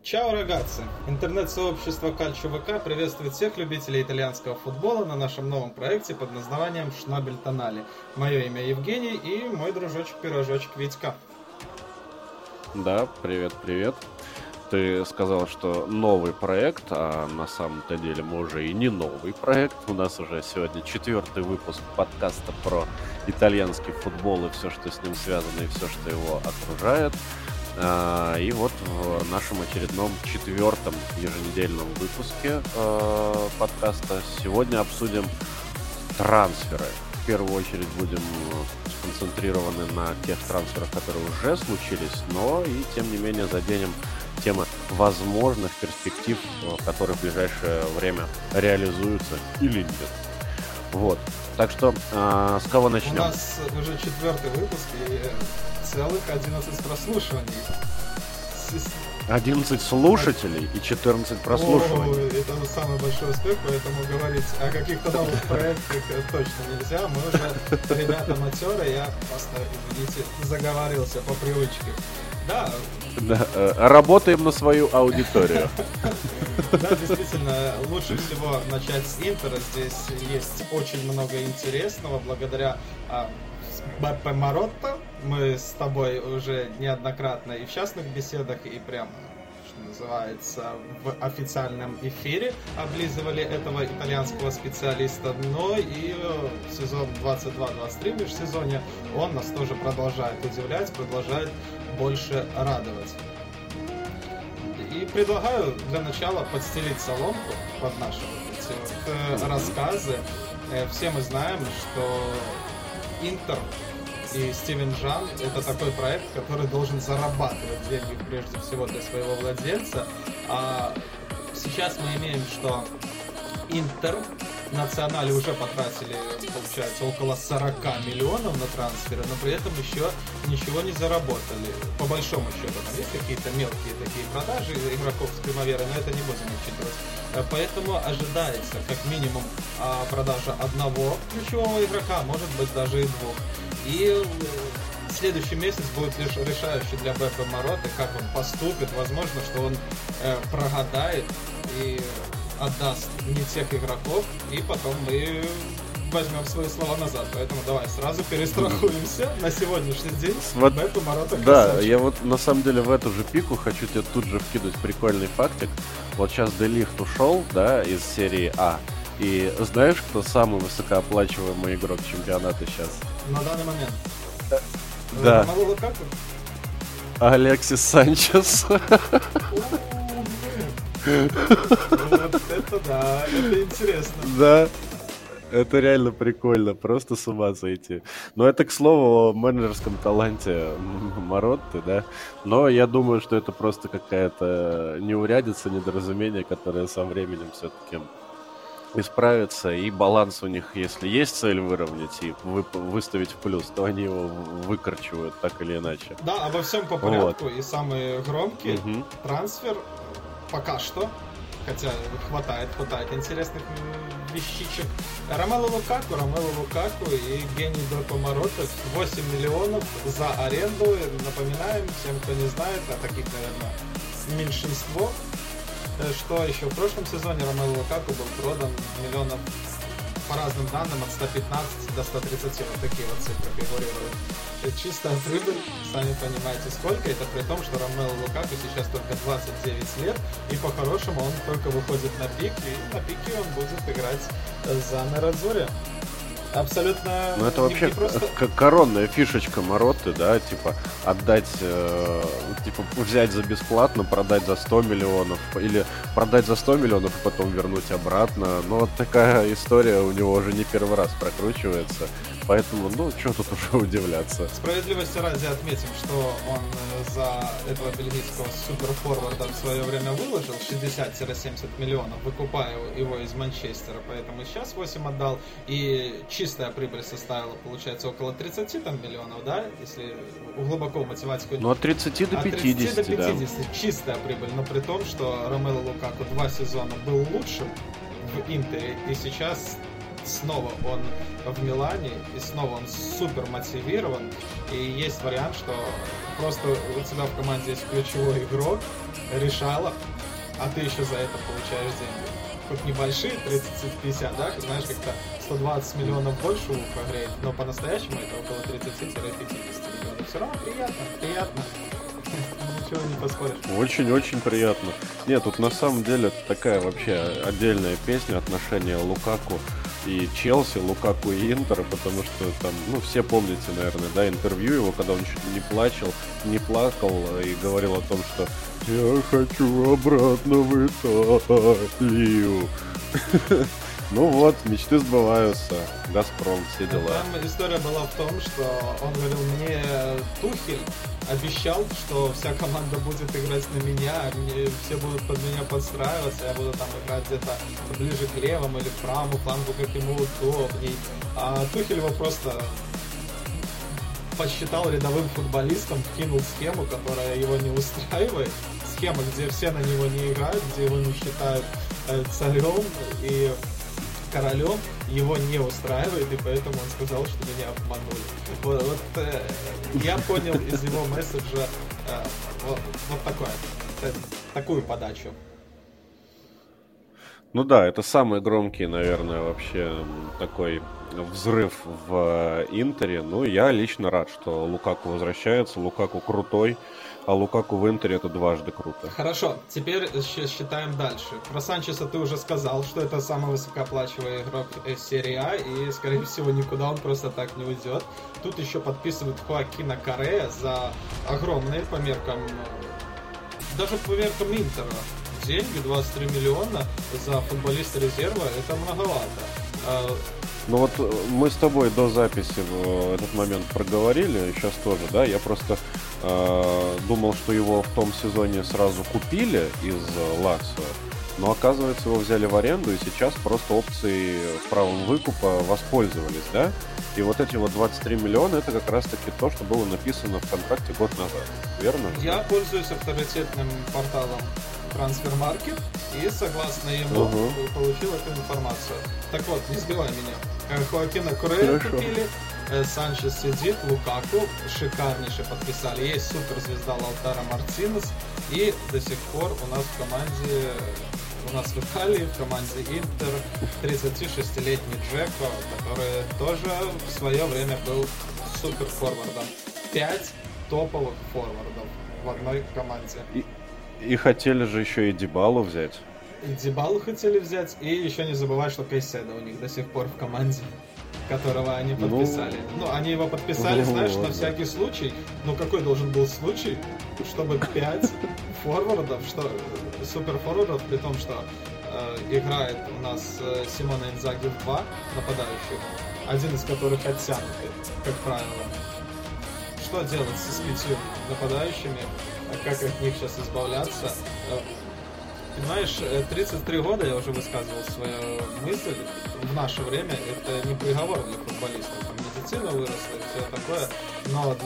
Чао, рагazzi! Интернет-сообщество Calcio ВК приветствует всех любителей итальянского футбола на нашем новом проекте под названием Шнобель Тонали. Мое имя Евгений и мой дружочек-пирожочек Витька. Да, привет. Ты сказал, что новый проект, а на самом-то деле мы уже и не новый проект. У нас уже сегодня 4-й выпуск подкаста про итальянский футбол и все, что с ним связано, и все, что его окружает. И вот в нашем очередном 4-м еженедельном выпуске подкаста сегодня обсудим трансферы. В первую очередь будем сконцентрированы на тех трансферах, которые уже случились, но и тем не менее заденем темы возможных перспектив, которые в ближайшее время реализуются или нет. Вот. Так что с кого начнем? У нас уже 4-й выпуск и целых 11 прослушиваний. 11 слушателей и 14 прослушиваний. Это самый большой успех, поэтому говорить о каких-то новых проектах точно нельзя. Мы уже ребята матеры, я просто, извините, заговорился по привычке. Да, работаем на свою аудиторию. Да, действительно, лучше всего начать с Интера. Здесь есть очень много интересного благодаря Беппе Маротто. Мы с тобой уже неоднократно и в частных беседах, и прямо, что называется, в официальном эфире облизывали этого итальянского специалиста. Но и в сезон 22-23 в межсезонье он нас тоже продолжает удивлять, продолжает больше радовать. И предлагаю для начала подстелить соломку под наши рассказы. Все мы знаем, что Интер и Стивен Жан — это такой проект, который должен зарабатывать деньги прежде всего для своего владельца. А сейчас мы имеем, что Интер национали уже потратили, получается, около 40 миллионов на трансферы, но при этом еще ничего не заработали. По большому счету, там есть какие-то мелкие такие продажи игроков с Примаверы, но это не будем учитывать. Поэтому ожидается как минимум продажа одного ключевого игрока, может быть даже и двух. И следующий месяц будет лишь решающий для Беппе Маротто, как он поступит. Возможно, что он прогадает и отдаст не тех игроков, и потом мы возьмем свои слова назад. Поэтому давай сразу перестрахуемся на сегодняшний день. Беппе Маротто красавчик. Да, я вот на самом деле в эту же пику хочу тебе тут же вкинуть прикольный фактик. Вот сейчас Де Лихт ушел, да, из серии А. И знаешь, кто самый высокооплачиваемый игрок чемпионата сейчас? На данный момент? Да. Ромелу Лукаку? Алексис Санчес. Вот это да, это интересно. Да, это реально прикольно, просто с ума сойти. Но это, к слову, о менеджерском таланте Маротты, да. Но я думаю, что это просто какая-то неурядица, недоразумение, которое со временем все-таки исправится. И баланс у них, если есть цель выровнять и выставить в плюс, то они его выкорчивают так или иначе. Да, обо всем по порядку. Вот. И самый громкий трансфер пока что, хотя хватает интересных вещичек. Ромелу Лукаку и Евгений Беппе Маротто 8 миллионов за аренду. Напоминаем всем, кто не знает, а таких, наверное, меньшинство, что еще в прошлом сезоне Ромелу Лукаку был продан миллионов, по разным данным, от 115 до 130, вот такие вот цифры фигурируют. Чистая прибыль, сами понимаете, сколько. Это при том, что Ромелу Лукаку сейчас только 29 лет, и по-хорошему он только выходит на пик, и на пике он будет играть за Нерадзури. Абсолютно. Ну это вообще просто коронная фишечка Маротты, да, типа отдать, типа взять за бесплатно, продать за 100 миллионов, или продать за 100 миллионов и потом вернуть обратно. Но вот такая история у него уже не первый раз прокручивается, поэтому, ну, что тут уже удивляться. Справедливости ради отметим, что он за этого бельгийского суперфорварда в свое время выложил 60-70 миллионов, выкупая его из Манчестера, поэтому сейчас 8 отдал, и чистая прибыль составила, получается, около 30 там миллионов, да, если глубоко в математику... Ну, от 30 до 50, от 30 до 50, да. Чистая прибыль, но при том, что Ромелу Лукаку 2 сезона был лучшим в Интере, и сейчас снова он в Милане, и снова он супер мотивирован, и есть вариант, что просто у тебя в команде есть ключевой игрок, решала, а ты еще за это получаешь деньги. Хоть небольшие, 30-50, да, знаешь, как-то 120 миллионов больше Лука греет, но по-настоящему это около 30-50 миллионов. Все равно приятно. Ничего не поспоришь. Очень-очень приятно. Нет, тут на самом деле такая вообще отдельная песня, отношения Лукаку и Челси, Лукаку и Интера, потому что там, все помните, наверное, да, интервью его, когда он чуть ли не плакал и говорил о том, что «Я хочу обратно в Италию». Ну вот, мечты сбываются. Газпром, все дела. Там история была в том, что он говорил, мне Тухель обещал, что вся команда будет играть на меня, все будут под меня подстраиваться, я буду там играть где-то ближе к левому или к правому флангу, как ему удобней. А Тухель его просто посчитал рядовым футболистом, кинул схему, которая его не устраивает. Схема, где все на него не играют, где его не считают царем и королем, его не устраивает, и поэтому он сказал, что меня обманули. Я понял из его месседжа такую подачу. Ну да, это самый громкий, наверное, вообще такой взрыв в Интере. Ну, я лично рад, что Лукаку возвращается, Лукаку крутой, а Лукаку в Интере это дважды круто. Хорошо, теперь считаем дальше. Про Санчеса ты уже сказал, что это самый высокооплачиваемый игрок серии А, и, скорее всего, никуда он просто так не уйдет. Тут еще подписывают Хоакина Корреа за огромные по меркам, даже по меркам Интера, деньги, 23 миллиона за футболиста резерва, это многовато. Ну вот мы с тобой до записи в этот момент проговорили, сейчас тоже, да, я просто думал, что его в том сезоне сразу купили из Лацио, но оказывается его взяли в аренду и сейчас просто опцией правом выкупа воспользовались, да, и вот эти вот 23 миллиона это как раз таки то, что было написано в контракте год назад, верно? Я пользуюсь авторитетным порталом Трансфермаркет и согласно ему получил эту информацию. Так вот, не сбивай меня. Хоакина Корреа купили, Санчес сидит, Лукаку шикарнейше подписали. Есть суперзвезда Лаутаро Мартинес, и до сих пор у нас в команде, у нас в Италии, в команде Интер 36-летний Джеко, который тоже в свое время был суперфорвардом. 5 топовых форвардов в одной команде. И хотели же еще и Дибалу взять. Дибалу хотели взять, и еще не забывай, что Кайседо у них до сих пор в команде, которого они подписали. Они его подписали, знаешь, на всякий случай. Но какой должен был случай, чтобы 5 форвардов, суперфорвардов, при том, что играет у нас Симона Инзаги в 2 нападающих, один из которых оттянутый, как правило. Что делать с 5 нападающими? Как от них сейчас избавляться? Понимаешь, 33 года я уже высказывал свою мысль. В наше время это не приговор для футболистов. Там медицина выросла и все такое. Но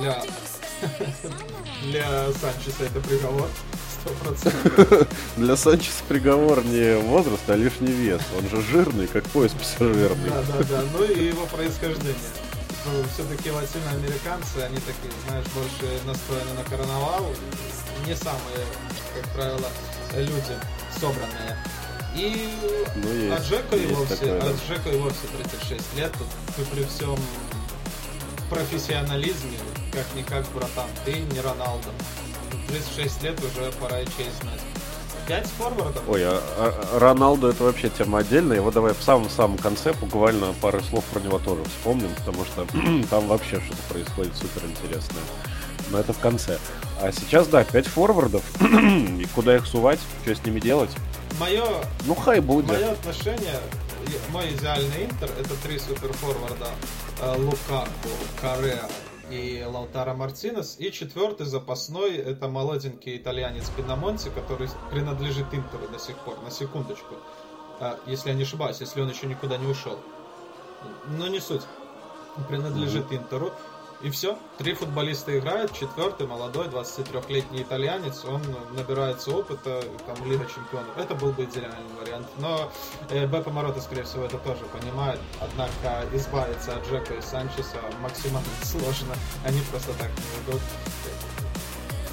для Санчеса это приговор 100%. Для Санчеса приговор не возраст, а лишний вес. Он же жирный, как пояс пассажирный. Да. Ну и его происхождение. Все-таки латиноамериканцы, они такие, знаешь, больше настроены на карнавал. Не самые, как правило, люди собранные. И Джеко и вовсе 36 лет. Тут при всем профессионализме, как-никак, братан, ты не Роналдо. 36 лет уже пора и честь знать. 5 форвардов. Ой, Роналдо это вообще тема отдельная. Его давай в самом-самом конце буквально пару слов про него тоже вспомним, потому что там вообще что-то происходит супер интересное. Но это в конце. А сейчас, да, 5 форвардов. И куда их сувать? Что с ними делать? Хай будет. Мое отношение, мой идеальный Интер, это 3 суперфорварда. Лукаку, Корреа и Лаутаро Мартинес. И 4-й запасной, это молоденький итальянец Пинамонти, который принадлежит Интеру до сих пор, на секундочку. Если я не ошибаюсь, если он еще никуда не ушел. Но не суть. Принадлежит Интеру. И все, 3 футболиста играют, 4-й молодой, 23-летний итальянец, он набирается опыта, там, Лига Чемпионов. Это был бы идеальный вариант. Но Беппе Маротта, скорее всего, это тоже понимает. Однако избавиться от Джеко и Санчеса максимально сложно. Они просто так не уйдут.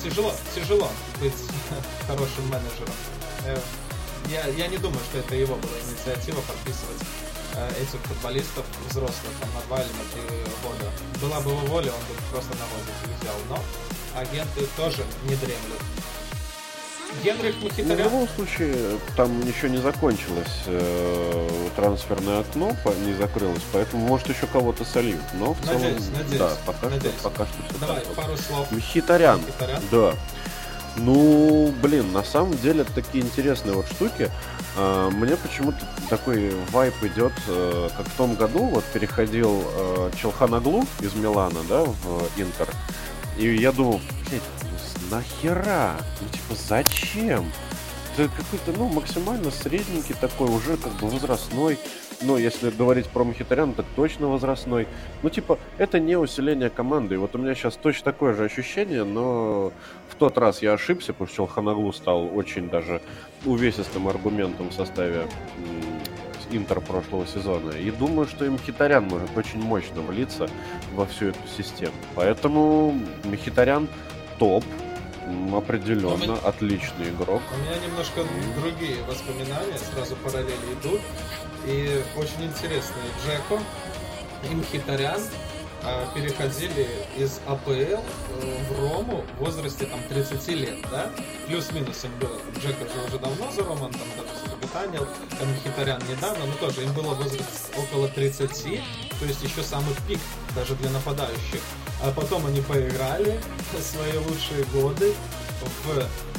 тяжело быть хорошим менеджером. Я не думаю, что это его была инициатива подписывать этих футболистов взрослых там, на 2 или на 3 года. Была бы его воля, он бы просто на воздух взял. Но агенты тоже не дремлют. Генрих Мхитарян. В любом случае, там еще не закончилось трансферное окно, не закрылось, поэтому может еще кого-то сольют. Но в целом, да, пока что все. Давай, пару слов. Мхитарян. Да. Ну, блин, на самом деле это такие интересные вот штуки. Мне почему-то такой вайп идет, как в том году вот переходил Çalhanoğlu из Милана, да, в Интер. И я думал, блядь, нахера? Ну, типа, зачем? Это какой-то, максимально средненький такой, уже как бы возрастной. Ну, если говорить про Мхитаряна, так точно возрастной. Ну, типа, это не усиление команды. И вот у меня сейчас точно такое же ощущение, но в тот раз я ошибся, потому что Çalhanoğlu стал очень даже увесистым аргументом в составе Интер прошлого сезона. И думаю, что и Мхитарян может очень мощно влиться во всю эту систему. Поэтому Мхитарян топ. Определенно, отличный игрок. У меня немножко другие воспоминания, сразу параллели идут. И очень интересные. Джеко и Мхитарян переходили из АПЛ в Рому в возрасте там 30 лет, да? Плюс-минус им было. Джеко же уже давно за Рому, он там даже закапитанил. Мхитарян недавно, но тоже им было возраст около 30, то есть еще самый пик даже для нападающих. А потом они поиграли свои лучшие годы в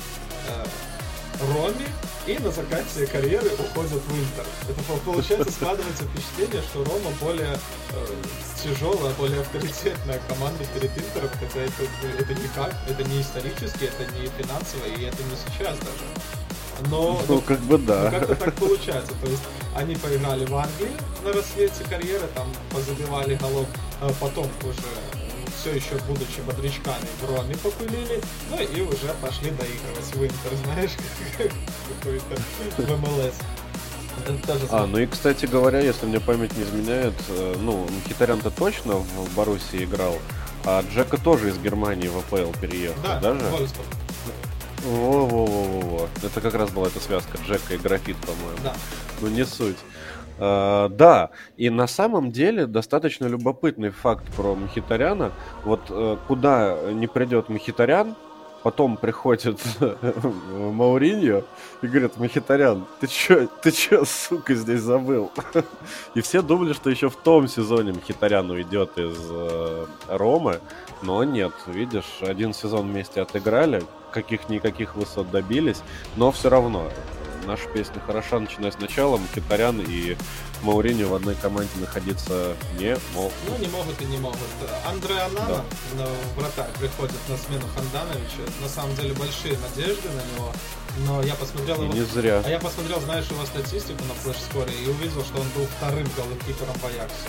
Роме и на закате карьеры уходят в Интер. Это получается, складывается впечатление, что Рома более тяжелая, более авторитетная команда перед Интером, хотя это никак, это не исторически, это не финансово и это не сейчас даже. Но как бы да. Как-то так получается. То есть они поиграли в Англии на рассвете карьеры, там позабивали голов, потом уже все еще будучи бодрячками в Роме попылили, ну и уже пошли доигрывать в Интер, знаешь, какой-то в МЛС. Ну и, кстати говоря, если мне память не изменяет, Мхитарян-то точно в Боруссии играл, а Джека тоже из Германии в АПЛ переехал, даже? Вольсбург. Во-во-во-во. Это как раз была эта связка Джека и Графит, по-моему. Да. Ну, не суть. Да, и на самом деле достаточно любопытный факт про Мхитаряна. Вот куда не придет Мхитарян, потом приходит Мауриньо и говорит: Мхитарян, ты чё, сука, здесь забыл? И все думали, что еще в том сезоне Мхитарян уйдет из Ромы, но нет, видишь, один сезон вместе отыграли, каких-никаких высот добились, но все равно наша песня хороша, начиная сначала. Мхитарян и Мауриньо в одной команде находиться не могут. Ну, не могут и не могут. Андре Онана, вратарь, приходит на смену Хандановича. На самом деле большие надежды на него. Но я посмотрел не зря. А я посмотрел, знаешь, его статистику на флеш-скоре и увидел, что он был вторым голкипером в Аяксе.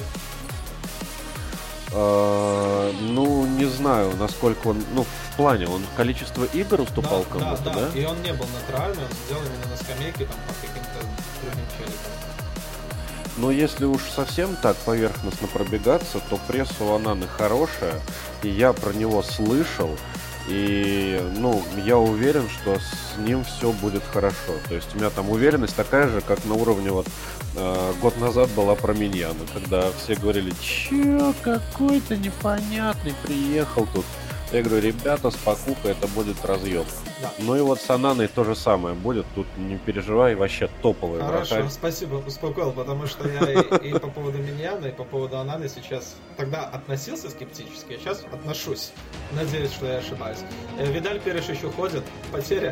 Не знаю, насколько он, в плане, он количество игр уступал кому-то, да? И он не был натуральный, он сидел именно на скамейке, там, под каким-то другим челиком. Но если уж совсем так поверхностно пробегаться, то пресса у Онаны хорошая, и я про него слышал, и, я уверен, что с ним все будет хорошо. То есть у меня там уверенность такая же, как на уровне год назад была про Миньяна, когда все говорили: чё, какой-то непонятный приехал тут. Я говорю: ребята, спокуха, это будет разъем. Да. Ну и вот с Онаной то же самое будет, тут не переживай, вообще топовый Хорошо, вратарь. Спасибо, успокоил, потому что я и по поводу Миньяна, и по поводу Онаны сейчас тогда относился скептически, а сейчас отношусь. Надеюсь, что я ошибаюсь. Видаль Перешич уходит, потеря.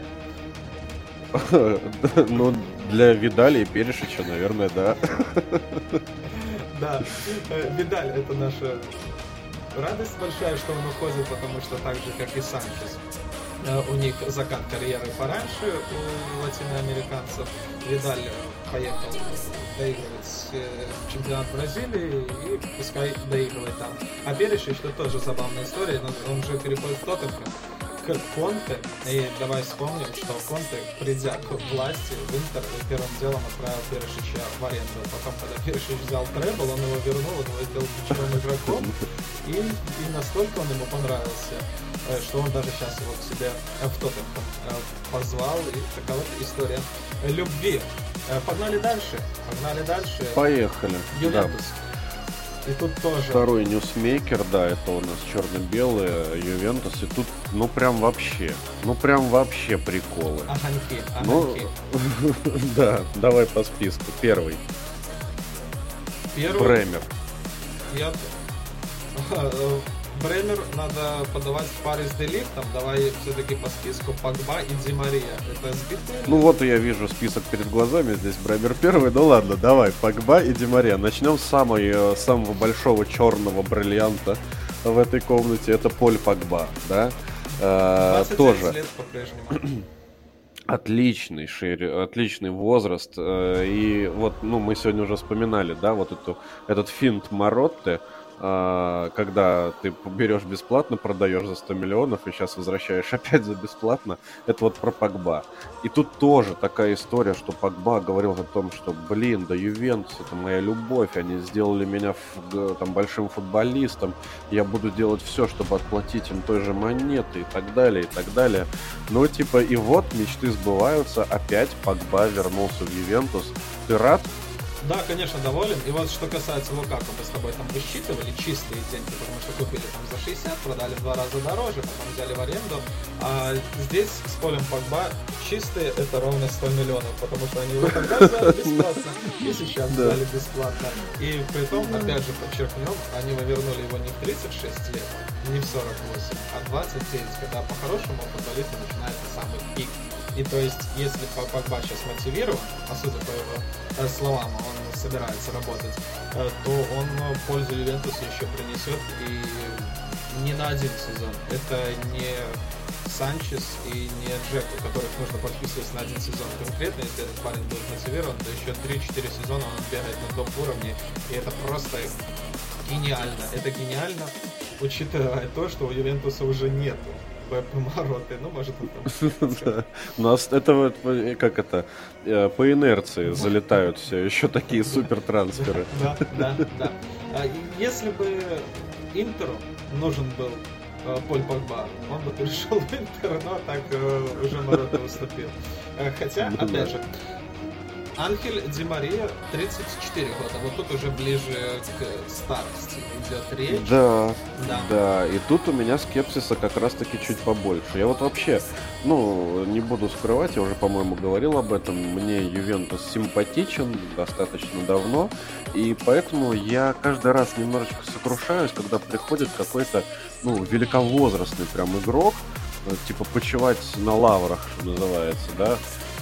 Для Видаля и Перешича, наверное, да. Да, Видаль — это наша радость большая, что он уходит, потому что так же, как и Санчес, у них закат карьеры пораньше у латиноамериканцев. Видаль поехал доигрывать чемпионат Бразилии и пускай доигрывает там. А Перешич — это тоже забавная история, но он же переходит в Тоттенхэм. Конте. И давай вспомним, что Конте, придя к власти в Интер, первым делом отправил Перишича в аренду. Потом, когда Перишич взял требл, он его вернул, он его сделал ключевым игроком. И настолько он ему понравился, что он даже сейчас его к себе в Тоттенхэм позвал. И такая вот история любви. Погнали дальше. Поехали. Ювентус. И тут тоже. Второй ньюсмейкер, да, это у нас черно-белые, Ювентус. И тут, прям вообще приколы. Огоньки. Да, давай по списку. Первый. Бремер. Бремер надо подавать в паре с Делихтом. Давай все-таки по списку Погба и Ди Мария. Это сбитые? Вот я вижу список перед глазами. Здесь Бремер первый. Ну ладно, давай. Погба и Ди Мария. Начнем с самого большого черного бриллианта в этой комнате. Это Поль Погба, да? 29 лет по-прежнему. Отличный возраст. И вот, мы сегодня уже вспоминали, да, этот финт Маротте, когда ты берешь бесплатно, продаешь за 100 миллионов и сейчас возвращаешь опять за бесплатно. Это вот про Погба. И тут тоже такая история, что Погба говорил о том, что, да Ювентус это моя любовь, они сделали меня большим футболистом, я буду делать все, чтобы отплатить им той же монетой и так далее, и так далее. И вот мечты сбываются, опять Погба вернулся в Ювентус. Ты рад? Да, конечно, доволен. И вот что касается Лукаку, мы с тобой там высчитывали чистые деньги, потому что купили там за 60, продали в 2 раза дороже, потом взяли в аренду. А здесь с Полем Погба чистые это ровно 100 миллионов, потому что они его тогда взяли бесплатно и сейчас взяли бесплатно. И при том, опять же, подчеркнем, они вернули его не в 36 лет, не в 48, а 29, когда по-хорошему футболиста начинается самый пик. И то есть, если Погба сейчас мотивирован, а судя по его словам, он собирается работать, то он пользу Ювентусу еще принесет и не на один сезон. Это не Санчес и не Джеку, которых нужно подписывать на один сезон конкретно. Если этот парень будет мотивирован, то еще 3-4 сезона он бегает на топ-уровне, и это просто гениально. Это гениально, учитывая то, что у Ювентуса уже нету БП Маротты, может он там... У нас это по инерции залетают все еще такие супер трансферы. Да. Если бы Интеру нужен был Поль Погба, он бы перешел в Интер, но так уже Маротта уступил. Хотя, опять же, Анхель Ди Мария 34 года, вот тут уже ближе к старости идет речь. Да, и тут у меня скепсиса как раз-таки чуть побольше. Я вот вообще, не буду скрывать, я уже, по-моему, говорил об этом, мне Ювентус симпатичен достаточно давно, и поэтому я каждый раз немножечко сокрушаюсь, когда приходит какой-то, великовозрастный прям игрок, типа почивать на лаврах, что называется, да,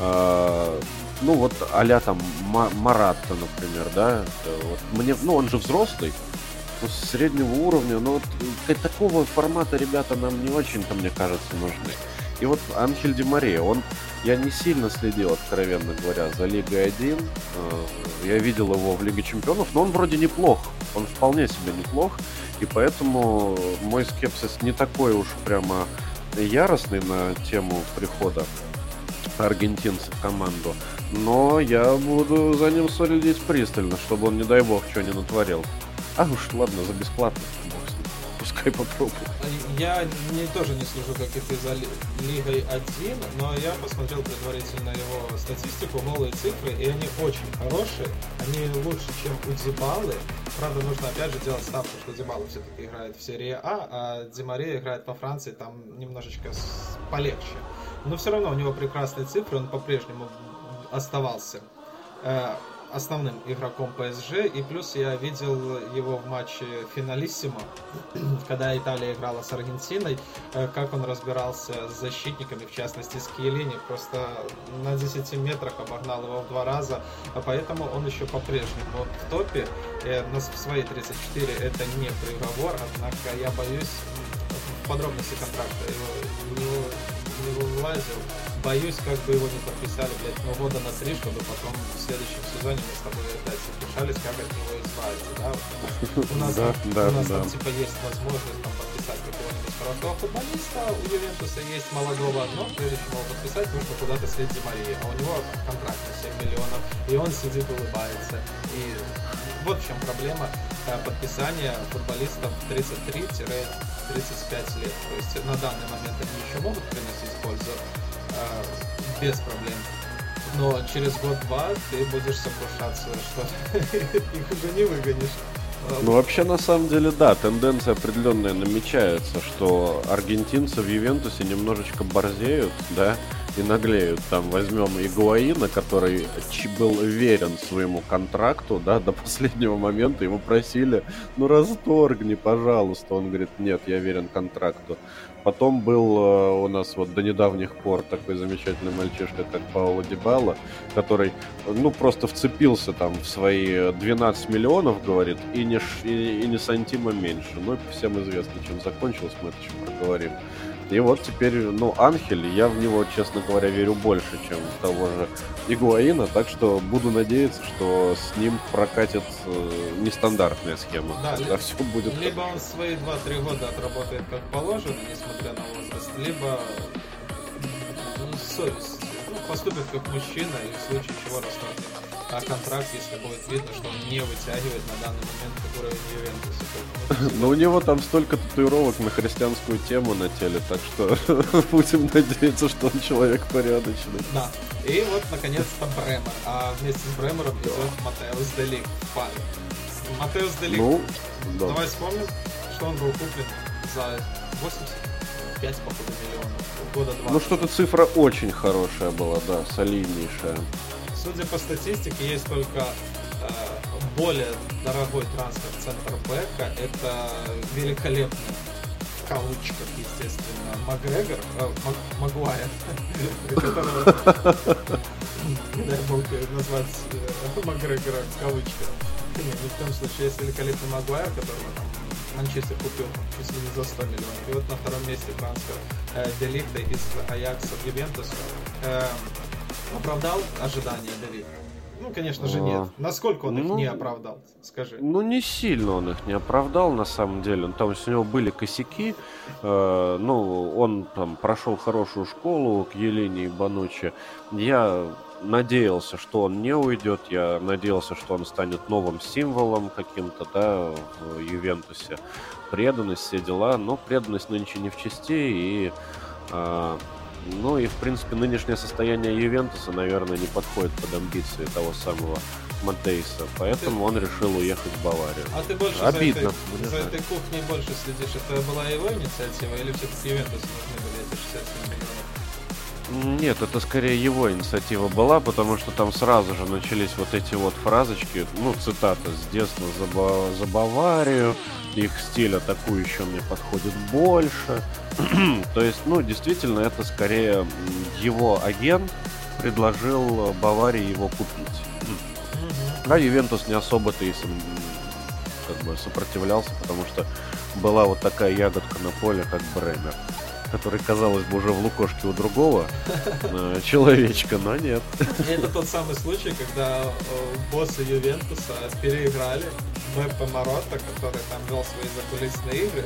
а-ля там Моратта, например, да, мне, он же взрослый, среднего уровня, но такого формата ребята нам не очень-то, мне кажется, нужны. И вот Анхель Ди Мария, я не сильно следил, откровенно говоря, за Лигой 1, я видел его в Лиге Чемпионов, но он вроде неплох, он вполне себе неплох, и поэтому мой скепсис не такой уж прямо яростный на тему прихода аргентинца в команду, но я буду за ним следить пристально, чтобы он, не дай бог, что не натворил. Ладно, за бесплатно, пускай попробует. Я тоже не слежу, как и ты, за Лигой 1, но я посмотрел предварительно его статистику, голые цифры, и они очень хорошие, они лучше, чем у Дибалы. Правда, нужно опять же делать ставку, что Дибала все-таки играет в серии А Ди Мария играет по Франции, там немножечко полегче. Но все равно у него прекрасные цифры, он по-прежнему оставался основным игроком ПСЖ, и плюс я видел его в матче Финалиссимо, когда Италия играла с Аргентиной, как он разбирался с защитниками, в частности с Кьелини, просто на 10 метрах обогнал его в 2 раза, поэтому он еще по-прежнему в топе. В свои 34 это не приговор, однако я боюсь, в подробности контракта его не вылазил, боюсь, как бы его не подписали, блядь, ну, года на 3, чтобы потом в следующем сезоне мы с тобой опять решались, как от него избавиться, да? У нас там, типа, есть возможность там подписать какого-нибудь хорошего футболиста, у Ювентуса есть молодого, но прежде чем его подписать, нужно куда-то слить Ди Марии, а у него контракт на 7 миллионов, и он сидит, улыбается. И вот в чем проблема подписания футболистов 33-35 лет. То есть на данный момент они еще могут приносить пользу без проблем. Но через год-два ты будешь сокрушаться, что их уже не выгонишь. Ну, вообще, на самом деле, да, тенденция определенная намечается, что аргентинцы в Ювентусе немножечко борзеют, да, и наглеют. Там возьмем Игуаина, который был верен своему контракту, да, до последнего момента. Его просили, ну, расторгни, пожалуйста. Он говорит, нет, я верен контракту. Потом был у нас вот до недавних пор такой замечательный мальчишка, как Пауло Дибала, который, ну, просто вцепился там в свои 12 миллионов, говорит, и не сантима меньше. Ну, всем известно, чем закончилось, мы это еще проговорим. И вот теперь, ну, Анхель, я в него, честно говоря, верю больше, чем в того же Игуаина, так что буду надеяться, что с ним прокатит нестандартная схема. Да, когда все будет... Либо он свои 2-3 года отработает как положено, несмотря на возраст, либо с совестью, поступит как мужчина и в случае чего расторгнет контракт, если будет видно, что он не вытягивает на данный момент уровень Ювентуса. Но у него там столько татуировок на христианскую тему на теле, так что будем надеяться, что он человек порядочный. Да. И вот, наконец-то, Бремер. А вместе с Бремером идет Матеус де Лигт в паре. Матеус де Лигт, ну, да. Давай вспомним, что он был куплен за 85, походу, миллионов. Года 2. Ну, что-то цифра очень хорошая была, да, солиднейшая. Судя по статистике, есть только более дорогой трансфер центр-бэка. Это великолепный, в кавычках, естественно, Магуайр. Дай бог назвать Макгрегора в кавычках. Нет, ни в коем случае есть великолепный Магуайр, которого там Манчестер купил чуть ли не за 100 миллионов. И вот на втором месте трансфер де Лигта из Аякса в Ювентус. Оправдал ожидания де Лигт? Ну, конечно же, нет. Насколько он их не оправдал, скажи? Ну, не сильно он их не оправдал, на самом деле. Там у него были косяки. Ну, он там прошел хорошую школу к Елене и Бануччи. Я надеялся, что он не уйдет. Я надеялся, что он станет новым символом каким-то, да, в Ювентусе. Преданность, все дела. Но преданность нынче не в чести. И... ну и, в принципе, нынешнее состояние Ювентуса, наверное, не подходит под амбиции того самого Матеуса. Поэтому он решил уехать в Баварию. А ты больше обидно, за этой кухней больше следишь? Это была его инициатива или все-таки Ювентусу нужны были эти 67 миллионов? Нет, это скорее его инициатива была, потому что там сразу же начались вот эти вот фразочки, ну, цитата: «С детства за Баварию, их стиль атакующий мне подходит больше». То есть, ну, действительно, это скорее его агент предложил Баварии его купить. А Ювентус не особо-то и как бы сопротивлялся, потому что была вот такая ягодка на поле, как Бремер, который, казалось бы, уже в лукошке у другого человечка, но нет. Это тот самый случай, когда боссы Ювентуса переиграли Беппе Маротта, который там вел свои закулисные игры.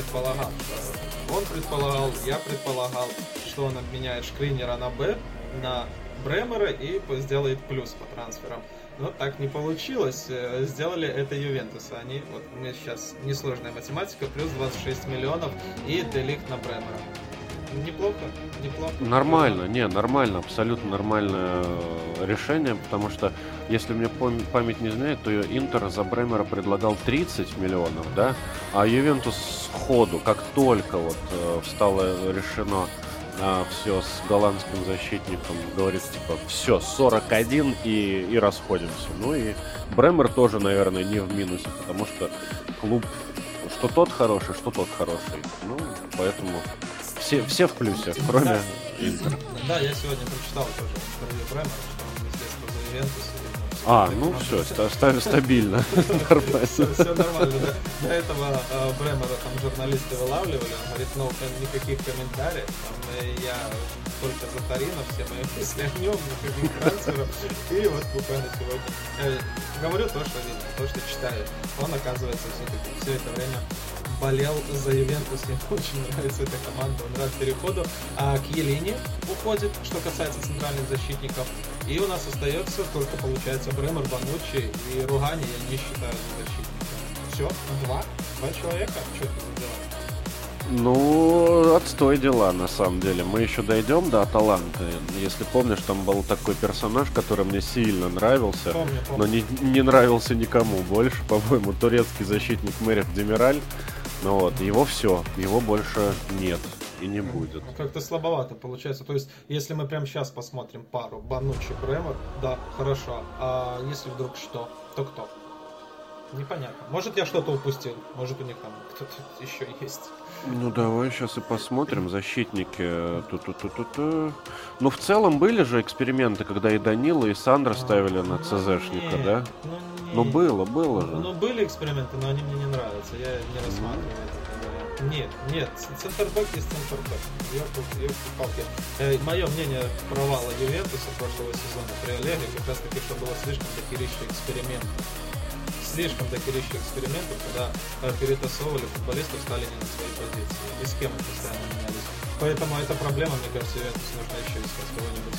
Он предполагал, я предполагал, что он обменяет Шкринера на Бремера и сделает плюс по трансферам. Но так не получилось. Сделали это Ювентуса. Они, вот у меня сейчас несложная математика, плюс 26 миллионов и де Лигт на Бремера. Неплохо. Нормально, нормально, абсолютно нормальное решение, потому что, если мне память не знает, то Интер за Бремера предлагал 30 миллионов, да, а Ювентус сходу, как только вот стало решено все с голландским защитником, говорит, типа, все, 41 и расходимся. Ну и Бремер тоже, наверное, не в минусе, потому что клуб, что тот хороший, что тот хороший. Ну, поэтому все в плюсе, кроме Интера. Да, я сегодня прочитал тоже интервью Бремера, что он из детства за Ювентус, и Ну все, стабильно. Нормально. Все нормально, да. До этого Бремера там журналисты вылавливали, он говорит, никаких комментариев, я только за Торино, все мои мысли о нем, никаких трансферов. И вот буквально сегодня говорю то, что видно, то, что читаю. Он, оказывается, все это время болел за Ювентус, ему очень нравится эта команда, он рад переходу. А Кьелини уходит, что касается центральных защитников. И у нас остается только, получается, Бремер, Бануччи и Ругани, я не считаю защитниками. Все, два человека, что это за дела? Отстой дела, на самом деле. Мы еще дойдем до Аталанты. Если помнишь, там был такой персонаж, который мне сильно нравился, Помню. но не нравился никому больше, по-моему, турецкий защитник Мерих Демираль. Его больше нет и не будет. Как-то слабовато получается. То есть, если мы прямо сейчас посмотрим пару Бануччи, Бремер, да, хорошо. А если вдруг что, то кто? Непонятно. Может, я что-то упустил. Может, у них там кто-то еще есть. Давай сейчас и посмотрим. Защитники. В целом были же эксперименты, когда и Данила, и Сандро ставили на ЦЗшника, да? Было же. Были эксперименты, но они мне не нравятся. Я не рассматриваю это. Нет. Центрбэк есть центрбэк. Мое мнение провала Ювентуса прошлого сезона при Аллегри как раз таки, что было слишком докерищих экспериментов. Когда перетасовывали футболистов, стали не на своей позиции. И с кем они постоянно менялись. Поэтому эта проблема, мне кажется, Ювентус нужно еще искать кого-нибудь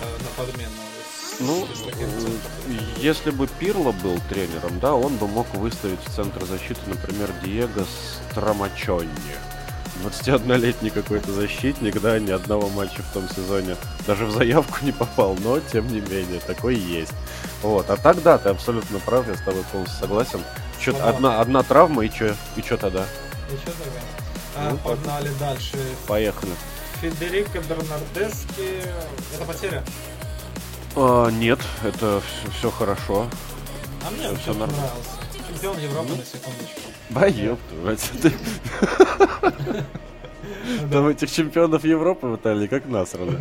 на подмену. Если бы Пирло был тренером, да, он бы мог выставить в центр защиты, например, Диего Страмачонни. 21-летний какой-то защитник, да, ни одного матча в том сезоне даже в заявку не попал, но, тем не менее, такой есть. А так, да, ты абсолютно прав, я с тобой полностью согласен. Одна травма, и чё тогда? Погнали дальше. Поехали. Федерико Бернардески. Это потеря? Нет, это все хорошо. А мне все нравился. Чемпион Европы, на секундочку. Да ёпту, там этих чемпионов Европы в Италии как насрано.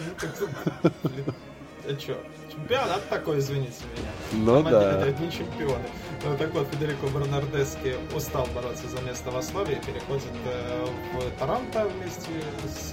Чё? Чемпионат такой, извините меня. Да. Это не чемпионы. Так вот, Федерико Бернардески устал бороться за место в основе и переходит в Таранто вместе с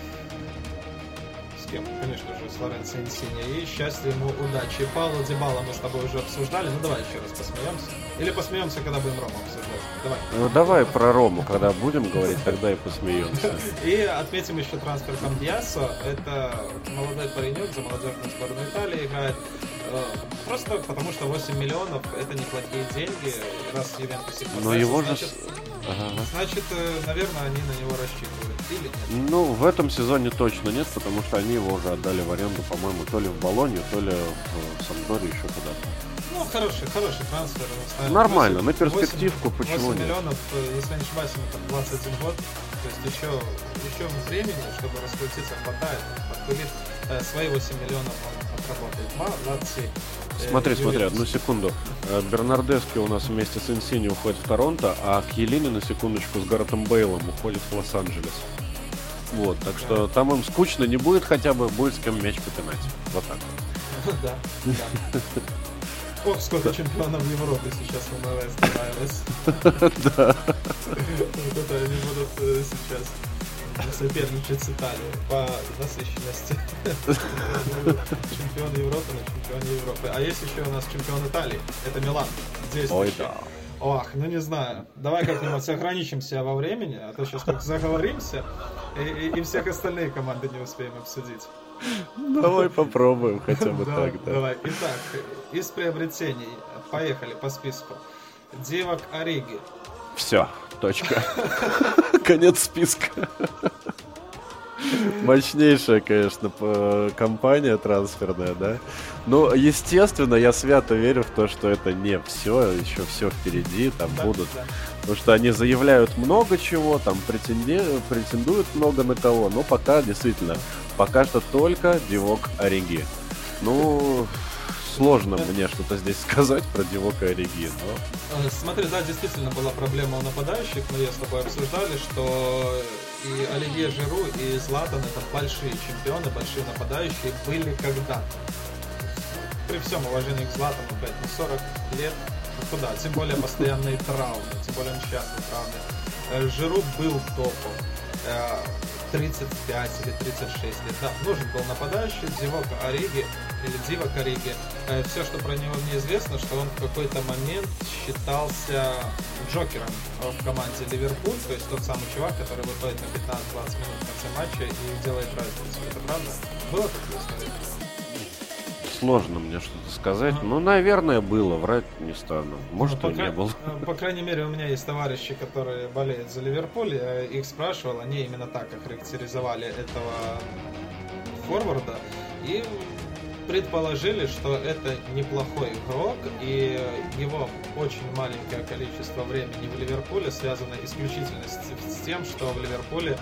кем? Конечно же, с Лоренцо Инсинье. И счастья ему, удачи. Пауло Дибала мы с тобой уже обсуждали. Давай еще раз посмеемся. Или посмеемся, когда будем Рому обсуждать. Давай. Давай про Рому, когда будем говорить, тогда и посмеемся. И отметим еще трансфер Камбьясо. Это молодой паренек за молодежную сборную Италии играет. Просто потому что 8 миллионов это неплохие деньги. Раз Ювентус их но его значит, наверное, они на него рассчитывают. Или нет? В этом сезоне точно нет, потому что они его уже отдали в аренду, по-моему, то ли в Болонью, то ли в Самдоре, еще куда-то. Хороший трансфер. Нормально, на перспективку, почему 8 миллионов, если я не ошибаюсь, ему там 21 год. То есть еще времени, чтобы раскрутиться, хватает. Подпылит свои 8 миллионов он отработает. Молодцы. Смотри, одну секунду. Бернардески у нас вместе с Инсини уходит в Торонто, а Кьелини, на секундочку, с Гарретом Бейлом уходит в Лос-Анджелес. Так что там им скучно не будет, хотя бы будет с кем мяч попинать. Вот так. Да. Ох, сколько чемпионов Европы сейчас на МЛС добавилось. Да. Это они будут сейчас соперничать с Италией по насыщенности. Чемпион Европы на чемпионе Европы. А есть еще у нас чемпион Италии. Это Милан. Ой, да. Не знаю. Давай как-нибудь ограничимся во времени, а то сейчас как заговоримся, и всех остальные команды не успеем обсудить. Давай попробуем хотя бы так, да. Давай. Итак, из приобретений поехали по списку. Дивак Ориги. Все, точка. Конец списка. Мощнейшая, конечно, компания трансферная, да. Но, естественно, я свято верю в то, что это не все, еще все впереди, там будут. Потому что они заявляют много чего, там претендуют много на кого, но пока, действительно, пока что только Дивак Ориги. Сложно мне что-то здесь сказать про Дивака Ориги, но... Смотри, да, действительно была проблема у нападающих, мы ее с тобой обсуждали, что и Оливье Жиру, и Златан — это большие чемпионы, большие нападающие были когда-то. при всем уважении к Златану, опять, 40 лет, ну куда, тем более постоянные травмы, тем более несчастные травмы. Жиру был топом, 35 или 36 лет, да, нужен был нападающий, Дивок Ориги, или Дивок Ориги. Все, что про него мне известно, что он в какой-то момент считался джокером в команде Ливерпуль, то есть тот самый чувак, который выходит на 15-20 минут в конце матча и делает разницу. Это правда? Было такое история? Сложно мне что-то сказать. Ну, наверное, было, врать не стану. Может, и не было. По крайней мере, у меня есть товарищи, которые болеют за Ливерпуль. Я их спрашивал, они именно так охарактеризовали этого форварда. И предположили, что это неплохой игрок, и его очень маленькое количество времени в Ливерпуле связано исключительно с тем, что в Ливерпуле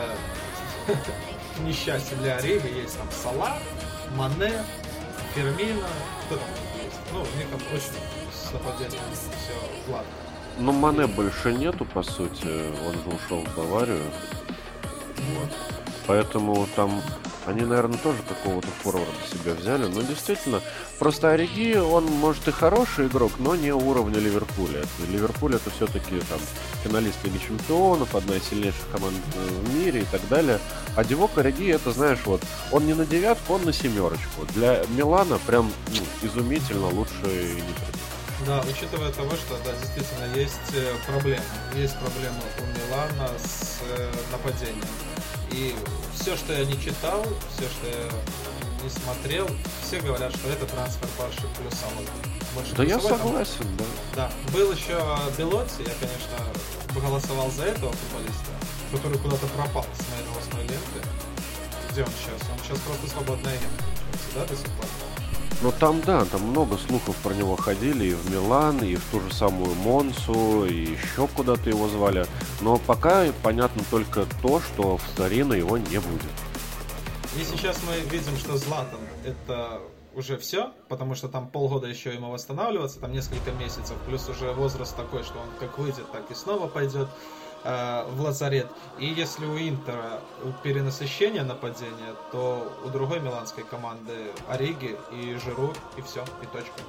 к несчастью для Ориги есть там Салах, Мане, Фермино, кто там есть? Ну, у них там очень с нападением все ладно. Ну, Мане больше нету, по сути. Он же ушел в Баварию. Вот. Поэтому там они, наверное, тоже какого-то форварда себе взяли. Но действительно, просто Ориги, он, может, и хороший игрок, но не уровня Ливерпуля. Ливерпуль это все-таки там финалист Лиги Чемпионов, одна из сильнейших команд в мире и так далее. А Дивок Ориги, это, знаешь, вот, он не на девятку, он на семерочку. Для Милана прям изумительно, лучше и не придумать. Да, учитывая того, что, да, действительно, есть проблемы. Есть проблемы у Милана с нападением. И все, что я не читал, все, что я не смотрел, все говорят, что это трансфер больше плюсом. Да я согласен, да. Да. Был еще Белотти, я, конечно, голосовал за этого футболиста, который куда-то пропал с моей новостной ленты. Где он сейчас? Он сейчас просто свободный агент, да, до сих пор? Ну там, да, там много слухов про него ходили и в Милан, и в ту же самую Монсу, и еще куда-то его звали. Но пока понятно только то, что в Торино его не будет. И сейчас мы видим, что Златан это уже все, потому что там полгода еще ему восстанавливаться, там несколько месяцев, плюс уже возраст такой, что он как выйдет, так и снова пойдет в лазарет. И если у Интера перенасыщение нападения, то у другой миланской команды Ориги и Жиру, и все, и точка.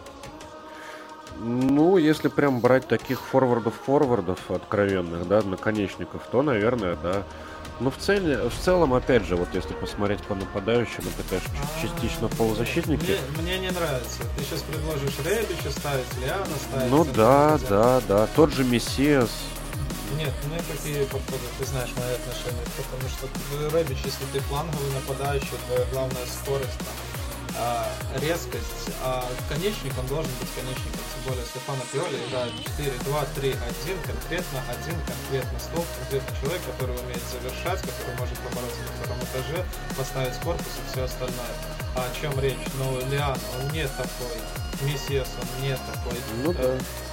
Ну, если прям брать таких форвардов откровенных, да, наконечников, то, наверное, да. Но в целом, опять же, вот если посмотреть по нападающим, это, конечно, частично полузащитники. Мне не нравится. Ты сейчас предложишь Ребича ставить, Лиана ставить. Ну да. Тот же Мессиас. Нет, мне такие подходы, ты знаешь мои отношения, потому что Ребич, если ты фланговый нападающий, твоя главная скорость, там, резкость, а конечник, он должен быть конечником, тем более Стефано Пиоли играет 4-2-3-1, конкретно столб, конкретно человек, который умеет завершать, который может побороться на втором этаже, поставить корпус и все остальное. А о чем речь? Ну, Лиан, он не такой, Мессиас, он не такой. Ну да.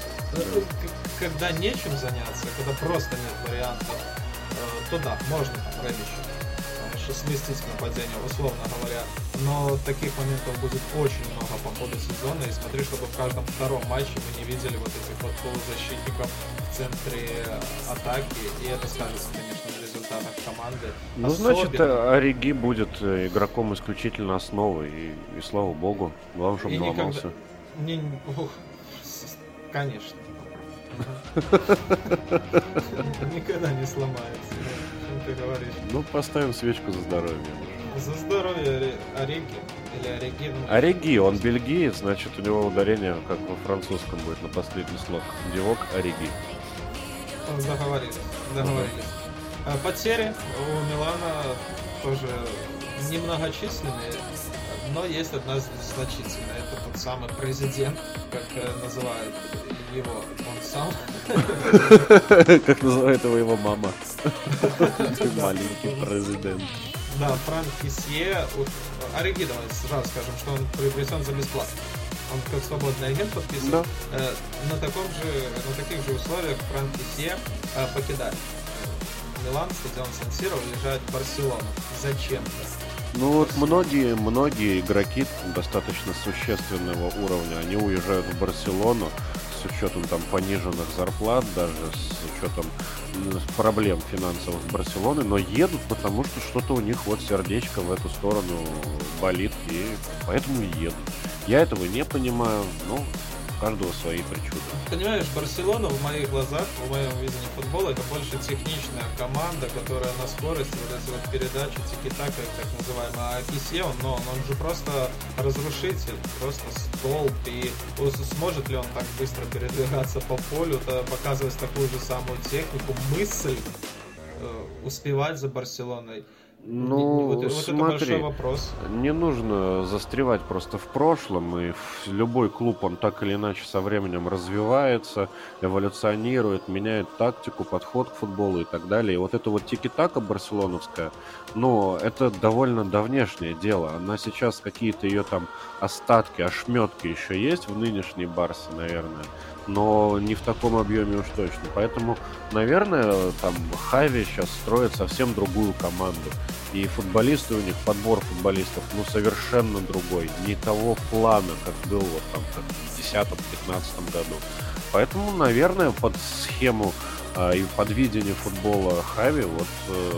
Когда нечем заняться, когда просто нет вариантов, то да, можно там Ребича сместить к нападению, условно говоря. Но таких моментов будет очень много по ходу сезона. И смотри, чтобы в каждом втором матче мы не видели вот этих вот полузащитников в центре атаки. И это скажется, конечно, на результатах команды. Ну, значит, Ориги будет игроком исключительно основы. И слава богу, главное, чтобы не ломался. Конечно. Никогда не сломается. Ты говоришь. Ну, поставим свечку за здоровье. За здоровье Ориги или Ориги? Ориги, он бельгиец, значит, у него ударение, как во французском будет, на последний слог. Дивок Ориги. Договорились. Потери у Милана тоже немногочисленные, но есть одна значительная. Это тот самый президент, как называют его он сам. Как называет его мама. Маленький президент. Да, Франк Кесье. Ориги, давайте сразу скажем, что он приобретен за бесплатно. Он как свободный агент подписан. Да. На таких же условиях Франк Кесье покидает Милан, стадион Сан-Сиро, уезжает в Барселону. Зачем-то. Ну вот многие игроки достаточно существенного уровня, они уезжают в Барселону с учетом там пониженных зарплат, даже с учетом проблем финансовых Барселоны, но едут, потому что что-то у них вот сердечко в эту сторону болит, и поэтому и едут. Я этого не понимаю, но у каждого свои причуды. Понимаешь, Барселона в моих глазах, в моем видении футбола, это больше техничная команда, которая на скорости, вот эти вот передачи, тики-така, так называемый. А Кисье, он же просто разрушитель, просто столб. И сможет ли он так быстро передвигаться по полю, показывать такую же самую технику, мысль, успевать за Барселоной? Ну, вот это большой смотри, вопрос. не нужно застревать просто в прошлом, и любой клуб, он так или иначе со временем развивается, эволюционирует, меняет тактику, подход к футболу и так далее. И вот это вот тики-така барселоновская, ну, это довольно давнешнее дело. Она сейчас какие-то ее там остатки, ошметки еще есть в нынешней Барсе, наверное, но не в таком объеме уж точно. Поэтому, наверное, там Хави сейчас строит совсем другую команду. И футболисты у них, подбор футболистов, ну, совершенно другой. Не того плана, как был вот там как в 2010-2015 году. Поэтому, наверное, под схему и под видение футбола Хави вот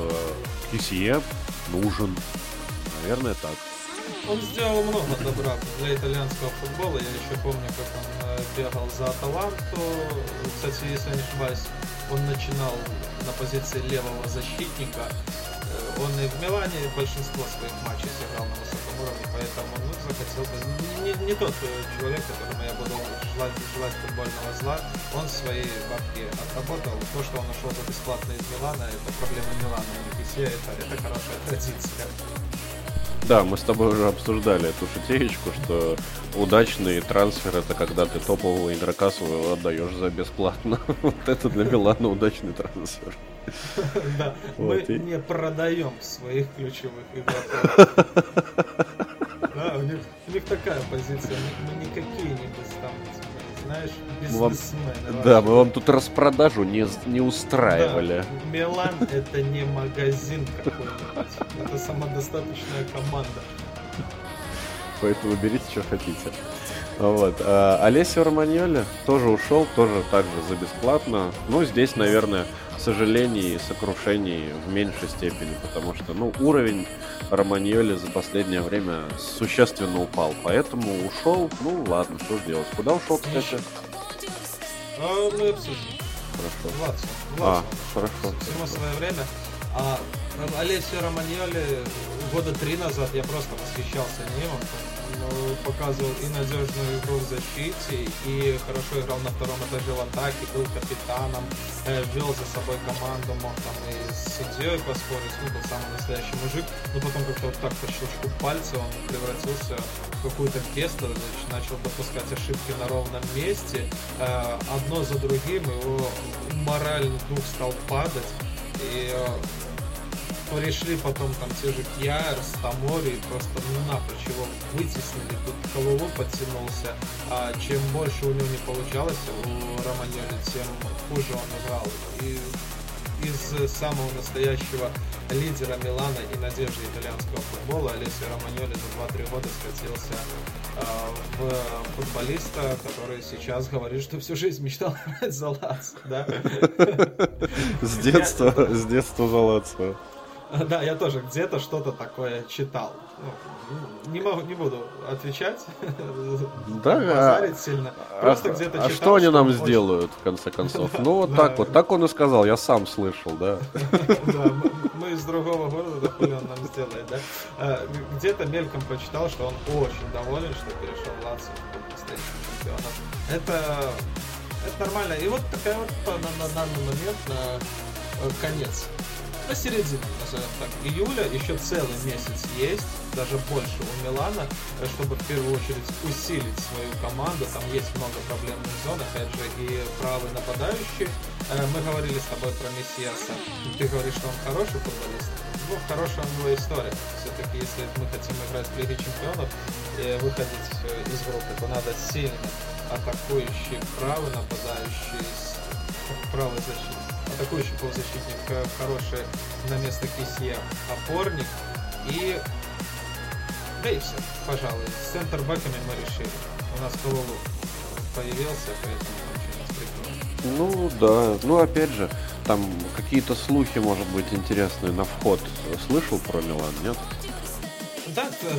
Кисье нужен. Наверное, так. Он сделал много добра для итальянского футбола. Я еще помню, как он бегал за Аталанту. Кстати, если не ошибаюсь, он начинал на позиции левого защитника. Он и в Милане большинство своих матчей сыграл на высоком уровне, поэтому захотел бы... Не тот человек, которому я буду желать футбольного зла. Он свои бабки отработал. То, что он ушел за бесплатно из Милана, это проблема Милана, а не Кисье, это хорошая традиция. Да, мы с тобой уже обсуждали эту шутеечку, что удачный трансфер — это когда ты топового игрока своего отдаешь за бесплатно. Вот это для Милана удачный трансфер. Да, мы не продаем своих ключевых игроков. Да, у них такая позиция. Мы не какие-нибудь там, знаешь, бизнесмены. Да, мы вам тут распродажу не устраивали. Да, Милан — это не магазин какой-нибудь. Это самодостаточная команда. Поэтому берите, что хотите. Вот. Алессио Романьоли тоже ушел, тоже так же за бесплатно. Ну, здесь, наверное, сожалений и сокрушений в меньшей степени, потому что, ну, уровень Романьоли за последнее время существенно упал. Поэтому ушел, ну, ладно, что делать. Куда ушел, кстати? Мы обсудим. Хорошо. Лацо. Хорошо. Всему свое время. Алессио Романьоли года 3 назад я просто восхищался ним. Он показывал и надежную игру в защите, и хорошо играл на втором этаже в атаке, был капитаном, вел за собой команду, мог там и с судьей поспорить, был самый настоящий мужик. Но потом как-то вот так по щелчку пальца он превратился в какую-то песто, значит, начал допускать ошибки на ровном месте. Одно за другим его моральный дух стал падать. И пришли потом там те же Кьяр, Тамори, просто напрочь его вытеснили, тут Калулу подтянулся, а чем больше у него не получалось, у Романьоли, тем хуже он играл. И из самого настоящего лидера Милана и надежды итальянского футбола Алессио Романьоли за 2-3 года скатился в футболиста, который сейчас говорит, что всю жизнь мечтал играть за Лацио, да? С детства за Лацио. Да, я тоже где-то что-то такое читал. Не буду отвечать, базарить сильно. Просто где-то читал. А что они нам сделают, в конце концов? Ну, вот так вот. Так он и сказал, я сам слышал, да. Да, мы из другого города, да хули он нам сделает, да. Где-то мельком прочитал, что он очень доволен, что перешел в Лацио в настоящий чемпионат. Это нормально. И вот такая вот на данный момент на конец. На середину, назовем так, июля еще целый месяц есть, даже больше у Милана, чтобы в первую очередь усилить свою команду. Там есть много проблемных зон, опять же, и правый нападающий. Мы говорили с тобой про Мессиаса. Ты говоришь, что он хороший футболист. Ну, хорошая у него история. Все-таки, если мы хотим играть в Лиге Чемпионов и выходить из группы, то надо сильный атакующий правый нападающий, правый защитник. Атакующий полузащитник, хороший на место Кисье опорник. И да и все, пожалуй. С центр-бэками мы решили. У нас Калулу появился, поэтому ничего не стряхнули. Ну да, ну опять же, там какие-то слухи, может быть, интересные на вход. Слышал про Милан, нет? Да,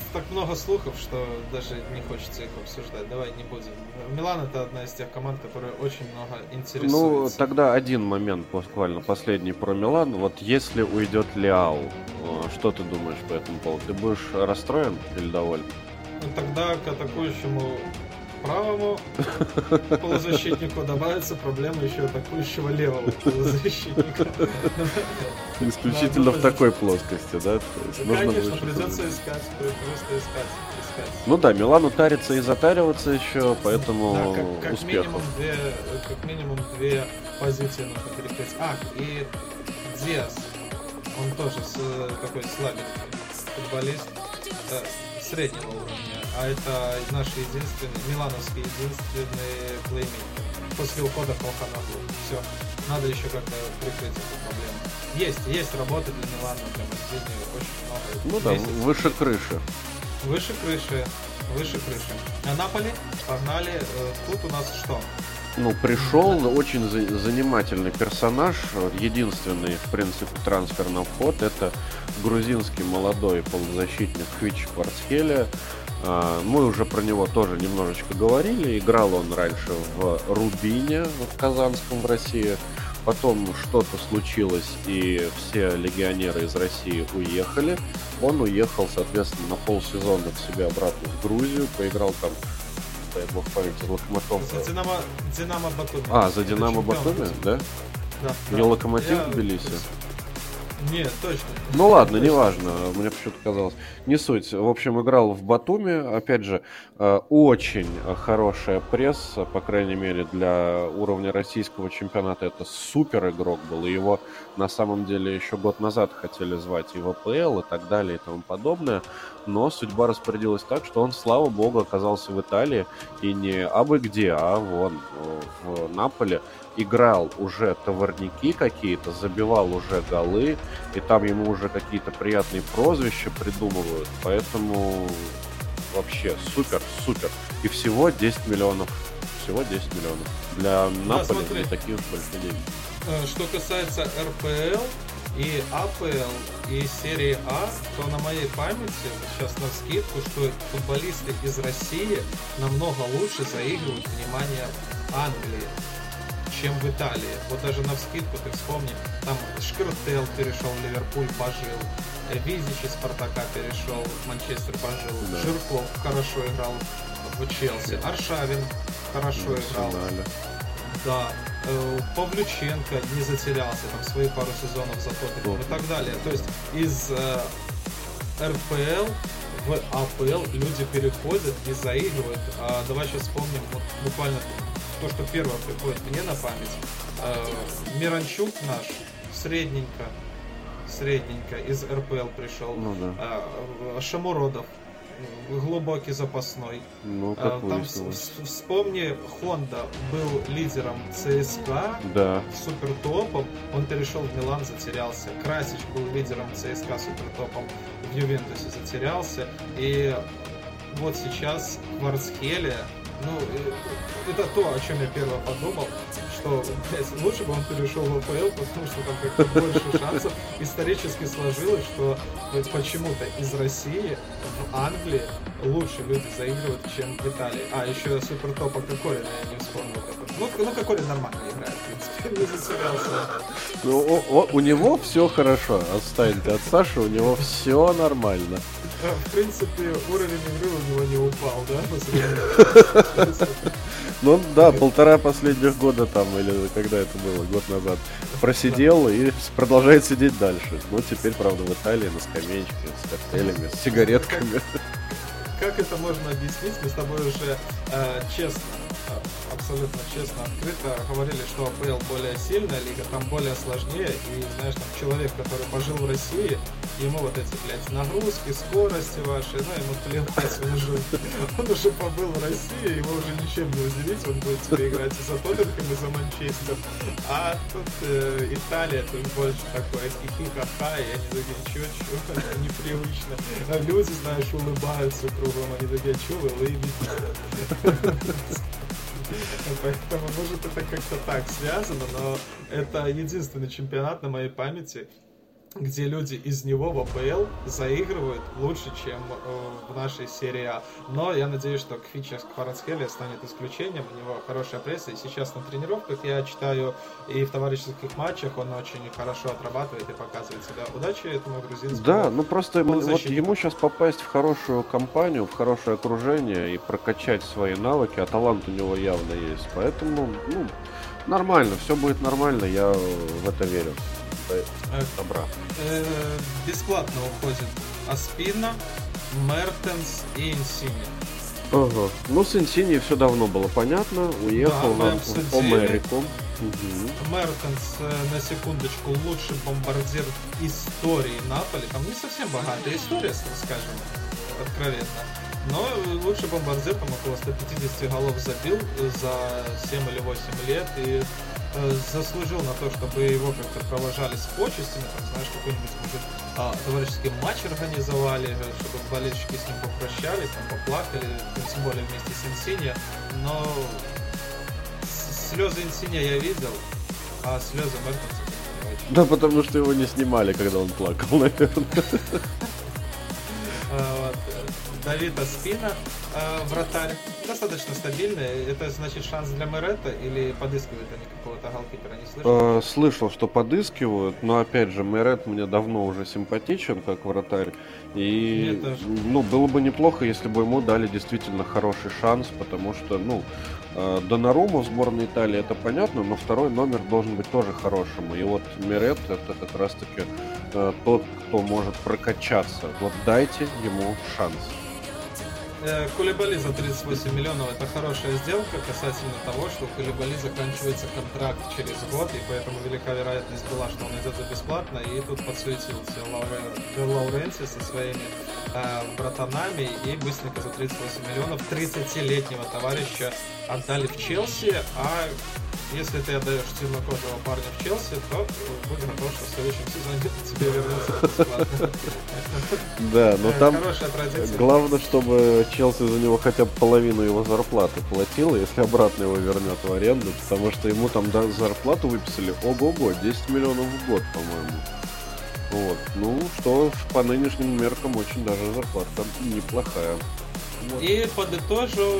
так много слухов, что даже не хочется их обсуждать. Давай не будем. Милан это одна из тех команд, которые очень много интересуются. Ну, тогда один момент, буквально последний про Милан. Вот если уйдет Леау, что ты думаешь по этому поводу? Ты будешь расстроен или доволен? Ну, тогда к атакующему правому полузащитнику добавится проблема еще атакующего левого полузащитника. Исключительно в такой плоскости, да? Конечно, придется искать, просто искать. Ну да, Милану тариться и затариваться еще, поэтому успехов. Как минимум две позиции нужно перекрыть. И Диас, он тоже такой слабенький футболист среднего уровня, а это наш милановский единственный плеймейкер. После ухода Халханаглу. Все, надо еще как-то прикрыть эту проблему. Есть работа для Милана, для Маздини, очень много. Ну да, выше крыши. Выше крыши. А Наполи, погнали. Тут у нас что? Ну, пришел очень занимательный персонаж. Единственный, в принципе, трансфер на вход. Это грузинский молодой полузащитник Хвич Кварцхелия. Мы уже про него тоже немножечко говорили. Играл он раньше в Рубине, в Казанском, в России. Потом что-то случилось, и все легионеры из России уехали. Он уехал, соответственно, на полсезона к себе обратно в Грузию. Поиграл там, дай бог памяти, Локомотив. За Динамо Батуми. За Динамо Батуми, да? Да. Не Локомотив Тбилиси? Нет, точно. Ну ладно, неважно, мне почему-то казалось. Не суть. В общем, играл в Батуми. Опять же, очень хорошая пресса, по крайней мере, для уровня российского чемпионата. Это супер игрок был. И его на самом деле еще год назад хотели звать и в АПЛ, и так далее, и тому подобное. Но судьба распорядилась так, что он, слава богу, оказался в Италии. И не абы где, а вон, в Наполе. Играл уже товарники какие-то, забивал уже голы, и там ему уже какие-то приятные прозвища придумывают, поэтому вообще супер. И всего 10 миллионов. Всего 10 миллионов. Для Наполи не такие уж большие деньги. Что касается РПЛ и АПЛ и серии А, то на моей памяти, сейчас навскидку, что футболисты из России намного лучше заигрывают внимание Англии, чем в Италии. Вот даже навскидку ты вспомни, там Шкиртел перешел в Ливерпуль, пожил, Визич из Спартака перешел в Манчестер, пожил, да. Жирков хорошо играл в Челси, Аршавин хорошо играл. Да, Павлюченко не затерялся, там свои пару сезонов за Тоттенхэм и так далее. То есть из РПЛ в АПЛ люди переходят и заигрывают. Давай сейчас вспомним вот буквально то, что первое приходит мне на память. Миранчук наш, средненько из РПЛ пришел. Ну, да. Шамуродов, глубокий запасной. Ну, там вспомни, Хонда был лидером ЦСКА, да. Супертопом. Он перешел в Милан, затерялся. Красич был лидером ЦСКА, Супертопом, в Ювентусе затерялся. И вот сейчас Кварцхелия. Ну, это то, о чем я первое подумал, что, блядь, лучше бы он перешел в АПЛ, потому что там как-то больше шансов. Исторически сложилось, что почему-то из России в Англии лучше люди заигрывают, чем в Италии. Еще Супертопа Кокорина я не вспомнил. Ну, Кокорин нормально играет, в принципе, не затерялся. Ну, у него все хорошо, отстаньте от Саши, у него все нормально. В принципе, уровень игры у него не упал, да? Ну да, 1,5 последних года там, или когда это было, год назад, просидел и продолжает сидеть дальше. Ну, теперь, правда, в Италии на скамеечке, с коктейлями, с сигаретками. Как это можно объяснить? Мы с тобой уже честно, абсолютно честно, открыто говорили, что АПЛ более сильная лига, там более сложнее, и, знаешь, там человек, который пожил в России, ему вот эти, блядь, нагрузки, скорости ваши, ему плевать, он уже побыл в России, его уже ничем не удивить, он будет тебе играть и за Тоттенхэм, и за Манчестер. А тут Италия, тут больше такое хихи-ха-ха, и они такие, чё, это непривычно. А люди, знаешь, улыбаются кругом, они такие, чё вы улыбитесь? Поэтому, может, это как-то так связано, но это единственный чемпионат на моей памяти, где люди из него в АПЛ заигрывают лучше, чем в нашей серии А. Но я надеюсь, что Квича Кварацхелия станет исключением. У него хорошая пресса. И сейчас на тренировках я читаю, и в товарищеских матчах он очень хорошо отрабатывает и показывает себя. Удачи этому грузинскому. Да, ну просто вот ему сейчас попасть в хорошую компанию, в хорошее окружение и прокачать свои навыки, а талант у него явно есть. Поэтому, нормально, все будет нормально, я в это верю. Добра. Бесплатно уходит Аспина, Мертенс и Инсини. Ага. Ну, с Инсини все давно было понятно. Уехал в Америку. Мертенс, на секундочку, лучший бомбардир истории Наполи. Там не совсем богатая история, скажем, откровенно. Но лучший бомбардир, там около 150 голов забил за 7 или 8 лет. И заслужил на то, чтобы его как-то провожали с почестями, там, знаешь, какой-нибудь, может, товарищеский матч организовали, чтобы болельщики с ним попрощались, там, поплакали, тем более вместе с Инсини. Но слезы Инсини я видел, а слезы Мертенса не очень. Да, потому что его не снимали, когда он плакал, наверное. Давид Аспина, вратарь, достаточно стабильный. Это значит шанс для Меретта или подыскивают они какого-то голкипера, не слышал? Слышал, что подыскивают, но опять же, Меретт мне давно уже симпатичен как вратарь. И было бы неплохо, если бы ему дали действительно хороший шанс, потому что, Донарума в сборной Италии, это понятно, но второй номер должен быть тоже хорошим. И вот Меретт это как раз-таки тот, кто может прокачаться. Вот дайте ему шанс. Кулибали за 38 миллионов это хорошая сделка касательно того, что у Кулибали заканчивается контракт через год, и поэтому велика вероятность была, что он идет за бесплатно, и тут подсуетился Лауренци со своими братанами, и быстренько за 38 миллионов 30-летнего товарища отдали в Челси, а если ты отдаешь темнокожего парня в Челси, то будь готов, что в следующем сезоне тебе вернется бесплатно. Да, но там хорошая традиция. Главное, чтобы Челси за него хотя бы половину его зарплаты платила, если обратно его вернет в аренду, потому что ему там зарплату выписали, ого-го, 10 миллионов в год, по-моему. Вот. Ну, что по нынешним меркам очень даже зарплата неплохая. Вот. И подытожу,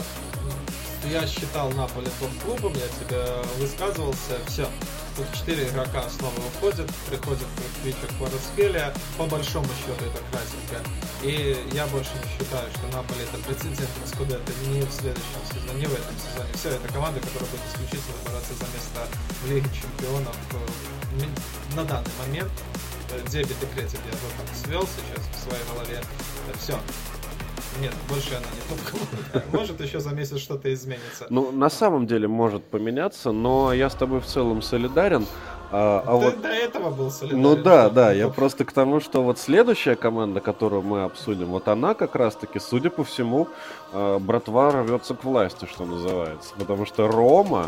я считал Наполи топ-клубом, я тебе высказывался, все. Тут 4 игрока снова уходят, приходит Квича Кварацхелия, по большому счету это классика. И я больше не считаю, что Наполи это претендент на Скудетто не в следующем сезоне, не в этом сезоне. Все, это команда, которая будет исключительно бороться за место в Лиге Чемпионов на данный момент. Дебют и кредит я вот так свел сейчас в своей голове. Все. Нет, больше она не топ-команда. Может, еще за месяц что-то изменится. Ну, на самом деле может поменяться, но я с тобой в целом солидарен. Вот до этого был солидарен. Ну да, я просто к тому, что вот следующая команда, которую мы обсудим, вот она как раз-таки, судя по всему, братва рвется к власти, что называется. Потому что Рома,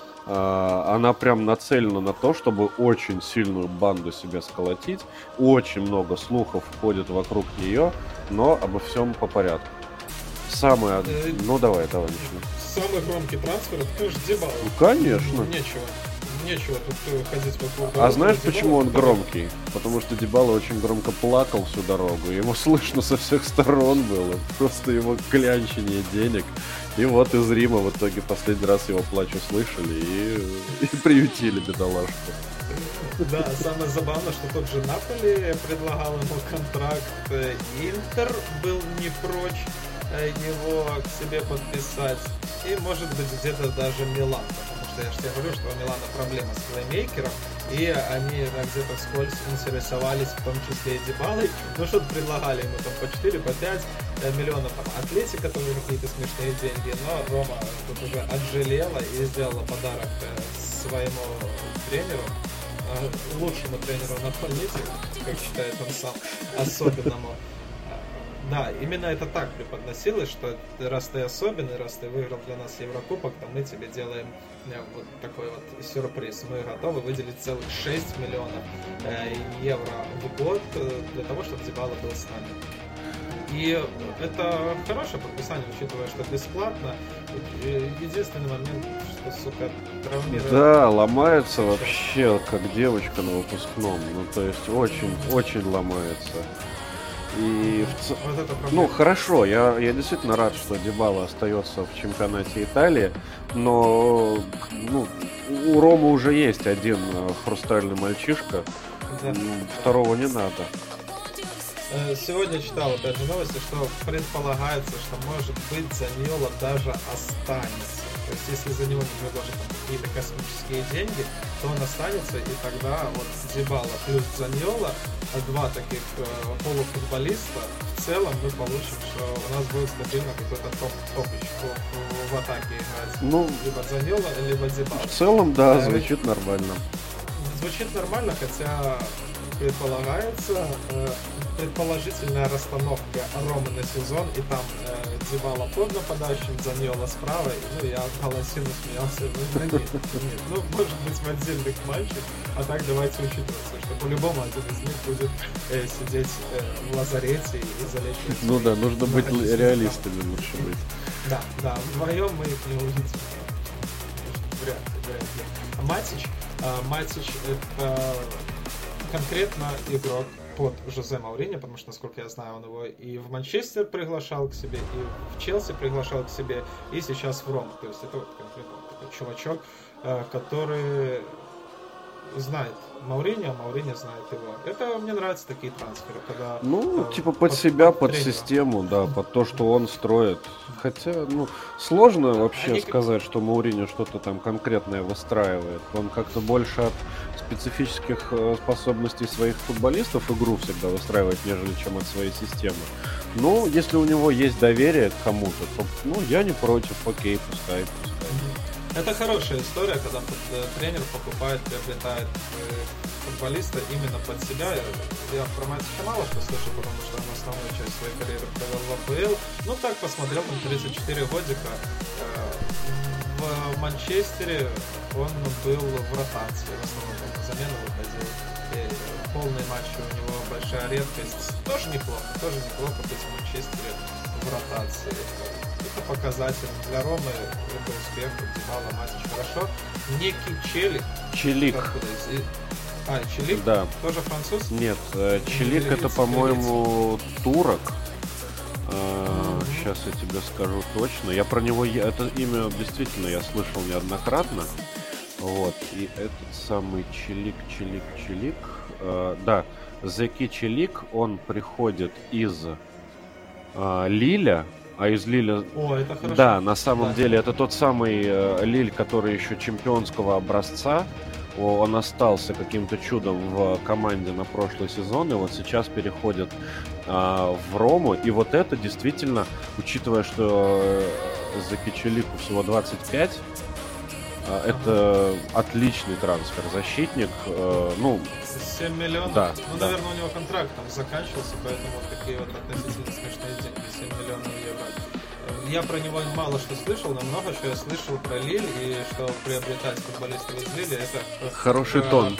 она прям нацелена на то, чтобы очень сильную банду себе сколотить. Очень много слухов ходит вокруг нее, но обо всем по порядку. Давай начнем. Самый громкий трансфер, это, конечно, Дибала. Ну, конечно. Нечего тут ходить вокруг. А знаешь, почему он громкий? Потому что Дибала очень громко плакал всю дорогу. Его слышно со всех сторон было. Просто его клянчение денег. И вот из Рима в итоге последний раз его плач услышали и приютили бедолажку. Да, самое забавное, что тот же Наполи предлагал ему контракт. Интер был не прочь его к себе подписать. И, может быть, где-то даже Милан. Потому что я же тебе говорю, что у Милана проблема с плеймейкером. И они где-то вскользь интересовались, в том числе и Дибалой. Ну, что-то предлагали ему там по 4, по 5 миллионов. Там Атлетика тоже какие-то смешные деньги. Но Рома тут уже отжалела и сделала подарок своему тренеру. Лучшему тренеру на планете, как считает он сам, особенному. Да, именно это так преподносилось, что раз ты особенный, раз ты выиграл для нас Еврокубок, то мы тебе делаем вот такой вот сюрприз. Мы готовы выделить целых 6 миллионов евро в год для того, чтобы Дибала был с нами. И это хорошее подписание, учитывая, что бесплатно. Единственный момент, что, сука, травмирует. Да, ломается вообще, как девочка на выпускном. Ну, то есть очень ломается. И вот это ну, хорошо, я действительно рад, что Дибала остается в чемпионате Италии, но ну, у Ромы уже есть один хрустальный мальчишка, да. Второго не надо. Сегодня читал опять же новости, что предполагается, что может быть Заньоло даже останется. То есть если за него не предложат какие-то космические деньги, то он останется, и тогда вот Дибала плюс Заньоло, два таких полуфутболиста, в целом мы получим, что у нас будет стабильно какой-то топ-топич в атаке играть. Ну, либо Заньоло, либо Дибала. В целом, да, звучит нормально. Звучит нормально, хотя предполагается предположительная расстановка Ромы на сезон, и там Дибала под нападающим, Заньоло справа, ну я голосину смеялся, нет, ну может быть в отдельных матчах, а так давайте учитываться, что по-любому один из них будет сидеть в лазарете и залечивать. Ну да, нужно быть реалистами, лучше быть. Да, вдвоем мы их не увидим. Вряд ли. Матич это конкретно игрок под Жозе Мауриньо, потому что, насколько я знаю, он его и в Манчестер приглашал к себе, и в Челси приглашал к себе, и сейчас в Рому. То есть это вот конкретно такой чувачок, который знает Мауриньо, а Мауриньо знает его. Это мне нравятся такие трансферы, когда... Ну, типа под себя, под систему, да, под то, что он строит. Хотя, ну, сложно вообще сказать, что Мауриньо что-то там конкретное выстраивает. Он как-то больше от специфических способностей своих футболистов игру всегда выстраивает, нежели чем от своей системы. Но если у него есть доверие к кому-то, то, ну, я не против, окей, пускай. Это хорошая история, когда тренер покупает, приобретает футболиста именно под себя. Я про Матича мало что слышу, потому что он основную часть своей карьеры провел в АПЛ. Ну так, посмотрел, там 34 годика. В Манчестере он был в ротации, в основном он на замену выходил. И полные матчи у него большая редкость. Тоже неплохо быть в Манчестере в ротации. Это показатель для Ромы, это успех, Дибала, Матич хорошо. Некий Челик. Челик? Да. Тоже француз? Нет, Челик это, по-моему, турок. Сейчас я тебе скажу точно. Я про него, это имя действительно я слышал неоднократно. Вот, и этот самый Челик. Да, Зеки Челик, он приходит из Лиля. А из Лиля... О, это хорошо. Да, на самом деле это тот самый Лиль, который еще чемпионского образца. Он остался каким-то чудом в команде на прошлый сезон, и вот сейчас переходит в Рому. И вот это действительно, учитывая, что Закичелику всего 25, это отличный трансфер. Защитник, 7 миллионов? Да. Ну, да. Наверное, у него контракт там заканчивался, поэтому вот такие вот относительно смешные деньги, 7 миллионов евро. Я про него мало что слышал, но много что я слышал про Лиль, и что приобретать футболистов из Лиля это хороший тон.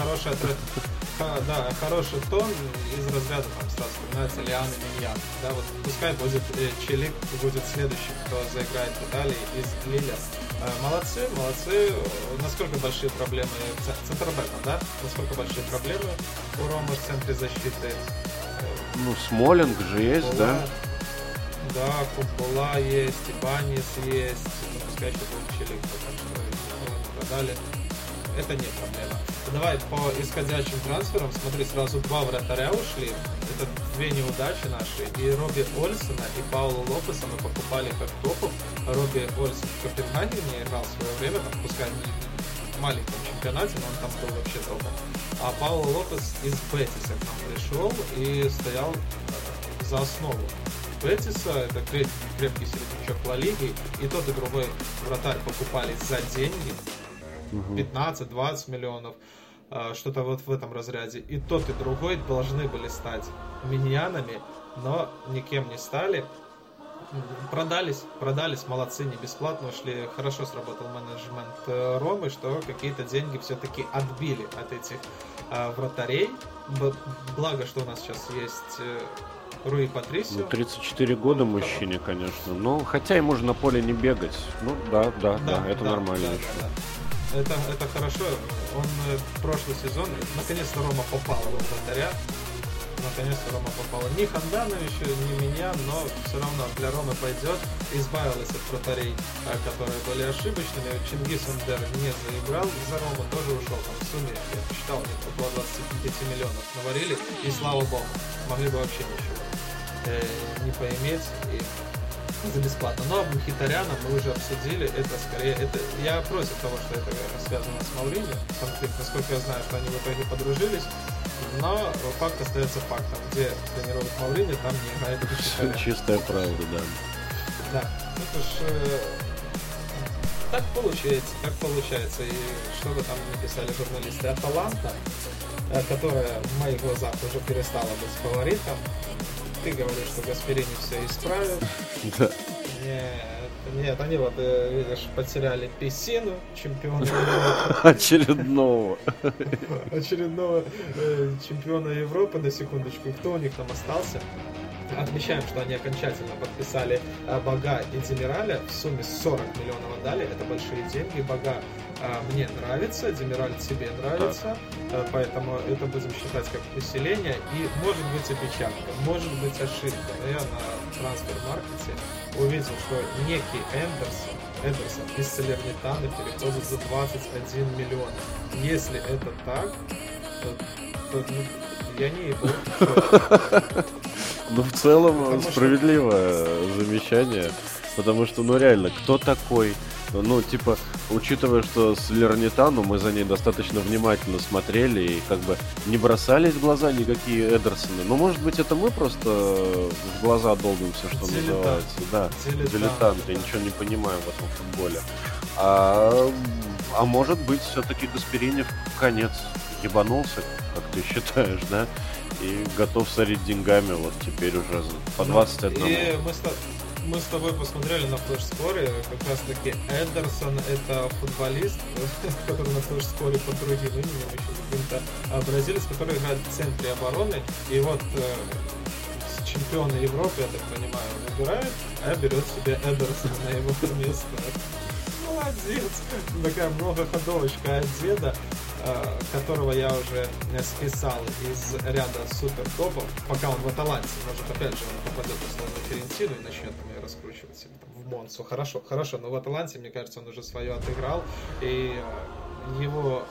Хороший тон из разряда, там сразу вспоминается Лиан и Миньян. Да, вот пускай будет Челик, будет следующий, кто заиграет в Италии из Лиля. Молодцы. Насколько большие проблемы центробэком, да? Насколько большие проблемы у Ромы в центре защиты? Ну, Смолинг же есть, Купола, да? Да, Купола есть, Ибанис есть. Ну, пускай еще будет Челик, потому что его продали. Это не проблема. Давай по исходящим трансферам. Смотри, сразу два вратаря ушли. Это две неудачи наши. И Робби Ольсена, и Пауло Лопеса мы покупали как топов. Робби Ольсен в Копенгагене играл в свое время, там, пускай в маленьком чемпионате, но он там был вообще топом. А Пауло Лопес из Бетиса к нам пришел и стоял за основу. Бетиса это крепкий середнячок Ла Лиги, и тот и другой вратарь покупали за деньги. 15-20 миллионов, что-то вот в этом разряде. И тот, и другой должны были стать миньянами, но никем не стали. Продались, молодцы, не бесплатно ушли. Хорошо сработал менеджмент Ромы, что какие-то деньги все-таки отбили от этих вратарей. Благо, что у нас сейчас есть Руи Ну, Патрисио. 34 года мужчине, конечно. Но хотя ему же на поле не бегать. Ну, да, это нормально. Да. Это хорошо. Он прошлый сезон, наконец-то Рома попала в вратаря. Наконец-то Рома попала. Не Хандановичу, не меня, но все равно для Ромы пойдет. Избавилась от вратарей, которые были ошибочными. Чингис Ундер не заиграл за Рому, тоже ушел. Там в сумме, я посчитал, около 25 миллионов наварили. И слава богу, могли бы вообще ничего не поиметь. И за бесплатно. Но Мхитаряна мы уже обсудили. Это скорее... я против того, что это связано с Мауриньо. Конфликт, насколько я знаю, что они в итоге подружились. Но факт остается фактом. Где тренирует Мауриньо, там не играет Мхитарян. Чистая правда, да. Да. Это ж... так получается. И что вы там написали журналисты? Аталанта, которая в моих глазах уже перестала быть фаворитом. Ты говоришь, что Гасперини все исправит. Да. Нет, они вот, видишь, потеряли Пессину, чемпиона Очередного чемпиона Европы, на секундочку. Кто у них там остался? Отмечаем, что они окончательно подписали Бага и Демираля. В сумме 40 миллионов отдали. Это большие деньги. Бага мне нравится, Демираль тебе нравится. Поэтому это будем считать как усиление. И может быть опечатка, может быть ошибка. Но я на трансфер-маркете увидел, что некий Эндерсон из Салернитаны переходит за 21 миллион. Если это так, то я не ебу. Ну, в целом, справедливое замечание, потому что, ну, реально, кто такой? Ну, типа, учитывая, что с Лернитану мы за ней достаточно внимательно смотрели и как бы не бросались в глаза никакие Эдерсоны. Ну, может быть, это мы просто в глаза долбимся, что называется. Да, дилетанты, ничего не понимаем в этом футболе. А может быть, все-таки Гасперини в конец ебанулся, как ты считаешь, да? И готов сорить деньгами вот теперь уже по 21. И мы с тобой посмотрели на флеш-скоре, как раз таки Эдерсон это футболист, который на флеш-скоре под другим именем, еще каким-то бразилец, который играет в центре обороны, и вот чемпиона Европы, я так понимаю, он выбирает, а берет себе Эдерсона на его место. Молодец! Такая многоходовочка от деда, которого я уже списал из ряда супер топов, пока он в Аталанте, может опять же он попадет условно в Фиорентину и начнет там ее раскручивать себе там, в Монсу. Хорошо, но в Аталанте, мне кажется, он уже свое отыграл, и его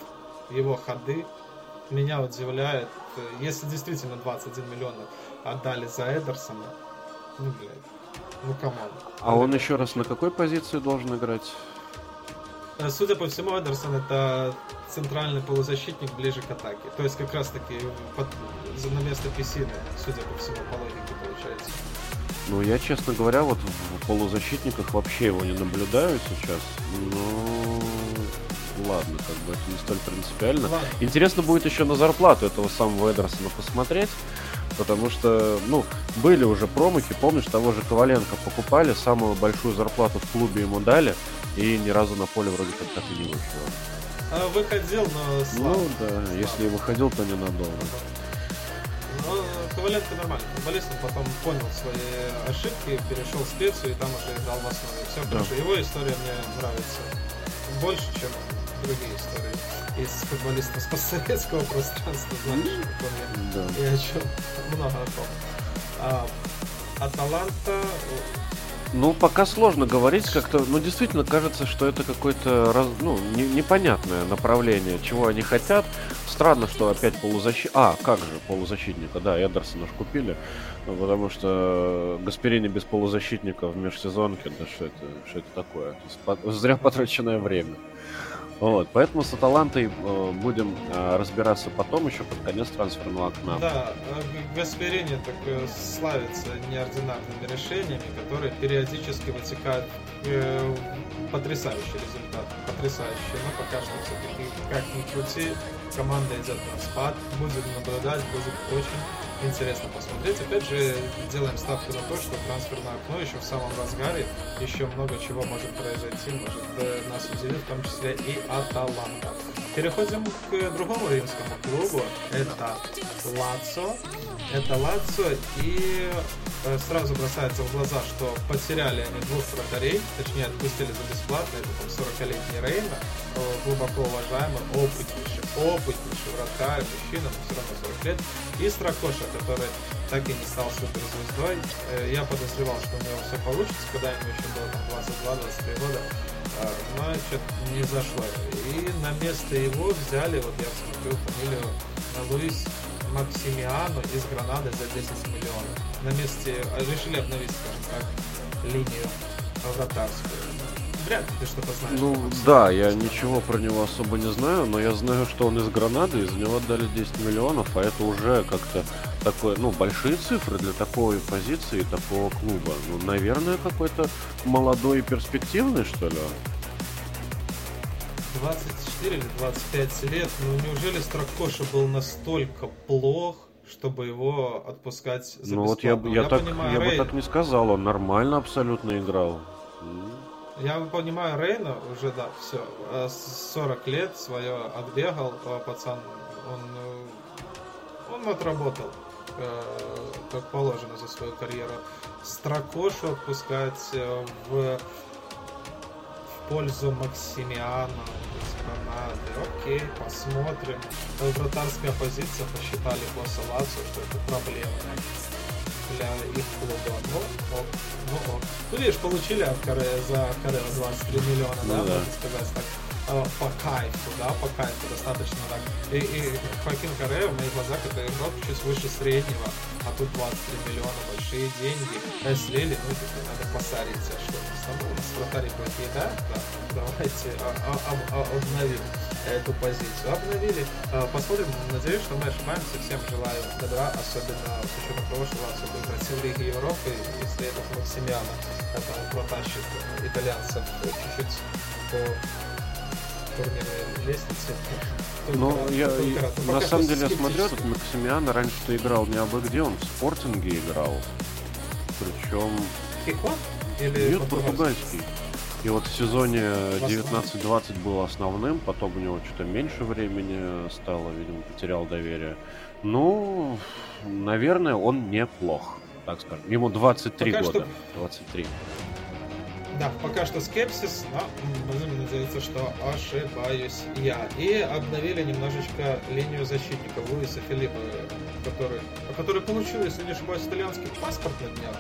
ходы меня удивляет. Если действительно 21 миллион отдали за Эдерсона, ну, блядь, камон. А он еще раз на какой позиции должен играть? Судя по всему, Эдерсон это центральный полузащитник ближе к атаке. То есть как раз таки на место Пессины, судя по всему, по логике получается. Ну, я, честно говоря, вот в полузащитниках вообще его не наблюдаю сейчас. Но ладно, как бы это не столь принципиально. Ладно. Интересно будет еще на зарплату этого самого Эдерсона посмотреть. Потому что, ну, были уже промахи, помнишь, того же Коваленко покупали, самую большую зарплату в клубе ему дали, и ни разу на поле вроде как так и не вышел. Выходил, но слабо. Ну да, если и выходил, то ненадолго. Но Коваленко нормальный футболист, он потом понял свои ошибки, перешел в Специю и там уже играл в основе. Все хорошо. Его история мне нравится больше, чем другие истории из футболистов с постсоветского пространства, знаешь, и о чем много о том. Аталанта... Ну, пока сложно говорить, как-то, ну, действительно кажется, что это какое-то, ну, непонятное направление, чего они хотят. Странно, что опять полузащитник... как же, полузащитника, да, Эдерсона ж купили, потому что Гасперини без полузащитника в межсезонке, да что это такое? Зря потраченное время. Вот, поэтому с Аталантой будем разбираться потом, еще под конец трансферного окна. Да, Гасперини так славится неординарными решениями, которые периодически вытекают потрясающий результат. Потрясающий, но пока что все-таки, как ни крути, команда идет на спад. Будем наблюдать, будет очень интересно посмотреть. Опять же, делаем ставку на то, что трансферное окно еще в самом разгаре, еще много чего может произойти, может нас удивить, в том числе и Аталанта. Переходим к другому римскому клубу. Это Лацио. И сразу бросается в глаза, что потеряли они двух вратарей, точнее отпустили за бесплатно. Это там 40-летний Рейна, глубоко уважаемый, опытнейший вратарь, мужчина, но все равно 40 лет. И Стракоша, который так и не стал суперзвездой. Я подозревал, что у него все получится, когда ему еще было там 22-23 года. Но что-то не зашло. И на место его взяли, вот я смотрю фамилию, Луис Максимиано из Гранады за 10 миллионов. На месте решили обновить, скажем так, линию вратарскую. Вряд ли ты что-то знаешь. Ну да, я ничего про него особо не знаю, но я знаю, что он из Гранады, из него отдали 10 миллионов, а это уже как-то такое, ну, большие цифры для такой позиции, такого клуба. Ну, наверное, какой-то молодой и перспективный, что ли? 24 или 25 лет, ну неужели Стракоша был настолько плох, чтобы его отпускать за бесплатно? Ну вот я бы так не сказал, он нормально абсолютно играл. Я понимаю, Рейна уже, да, все, 40 лет свое отбегал, пацан, он отработал, как положено, за свою карьеру. Стракошу отпускать в пользу Максимиана из Гранады. Окей, посмотрим. Вратарская позиция, посчитали босса Лацио, что это проблема для их клуба. Ну, видишь, получили от за Карело 23 миллиона, да, можно сказать так, по кайфу, достаточно так. И Хоакин Корреа в моих глазах это игрок чуть выше среднего, а тут 23 миллиона, большие деньги. Слили, ну, надо посориться, что с вратарей плохие, да? Давайте обновим эту позицию. Обновили. Посмотрим, надеюсь, что мы ошибаемся. Всем желаю добра, особенно с учетом того, что Лацио выиграет в Лиге Европы, если этот Максимиано протащит итальянцев чуть-чуть по турнирной лестнице. Ну, на самом деле я смотрю, тут Максимиано раньше-то играл не абы где, он в Спортинге играл. Причем... Кикон? Или нет, португальский. И вот в сезоне 19-20 был основным, потом у него что-то меньше времени стало, видимо, потерял доверие. Ну, наверное, он неплох, так скажем. Ему 23 пока года. Что... 23. Да, пока что скепсис, но будем надеяться, что ошибаюсь я. И обновили немножечко линию защитников Луиса Филиппа, который получил, если не ошибаюсь, итальянский паспорт на днях.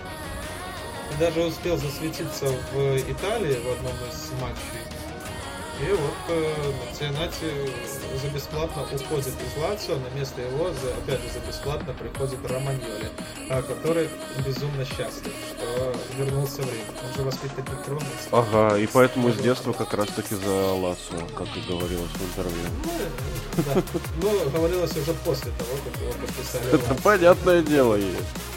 Даже успел засветиться в Италии в одном из матчей. И вот Нати за бесплатно уходит из Лацио, на место его, опять же, за бесплатно приходит Романьоли, который безумно счастлив, что вернулся в Рим. Он же воспитанник трона. Ага, и поэтому с детства как раз-таки за Лацио, как и говорилось в интервью. Ну, да. Ну, говорилось уже после того, как его подписали. Это понятное дело есть.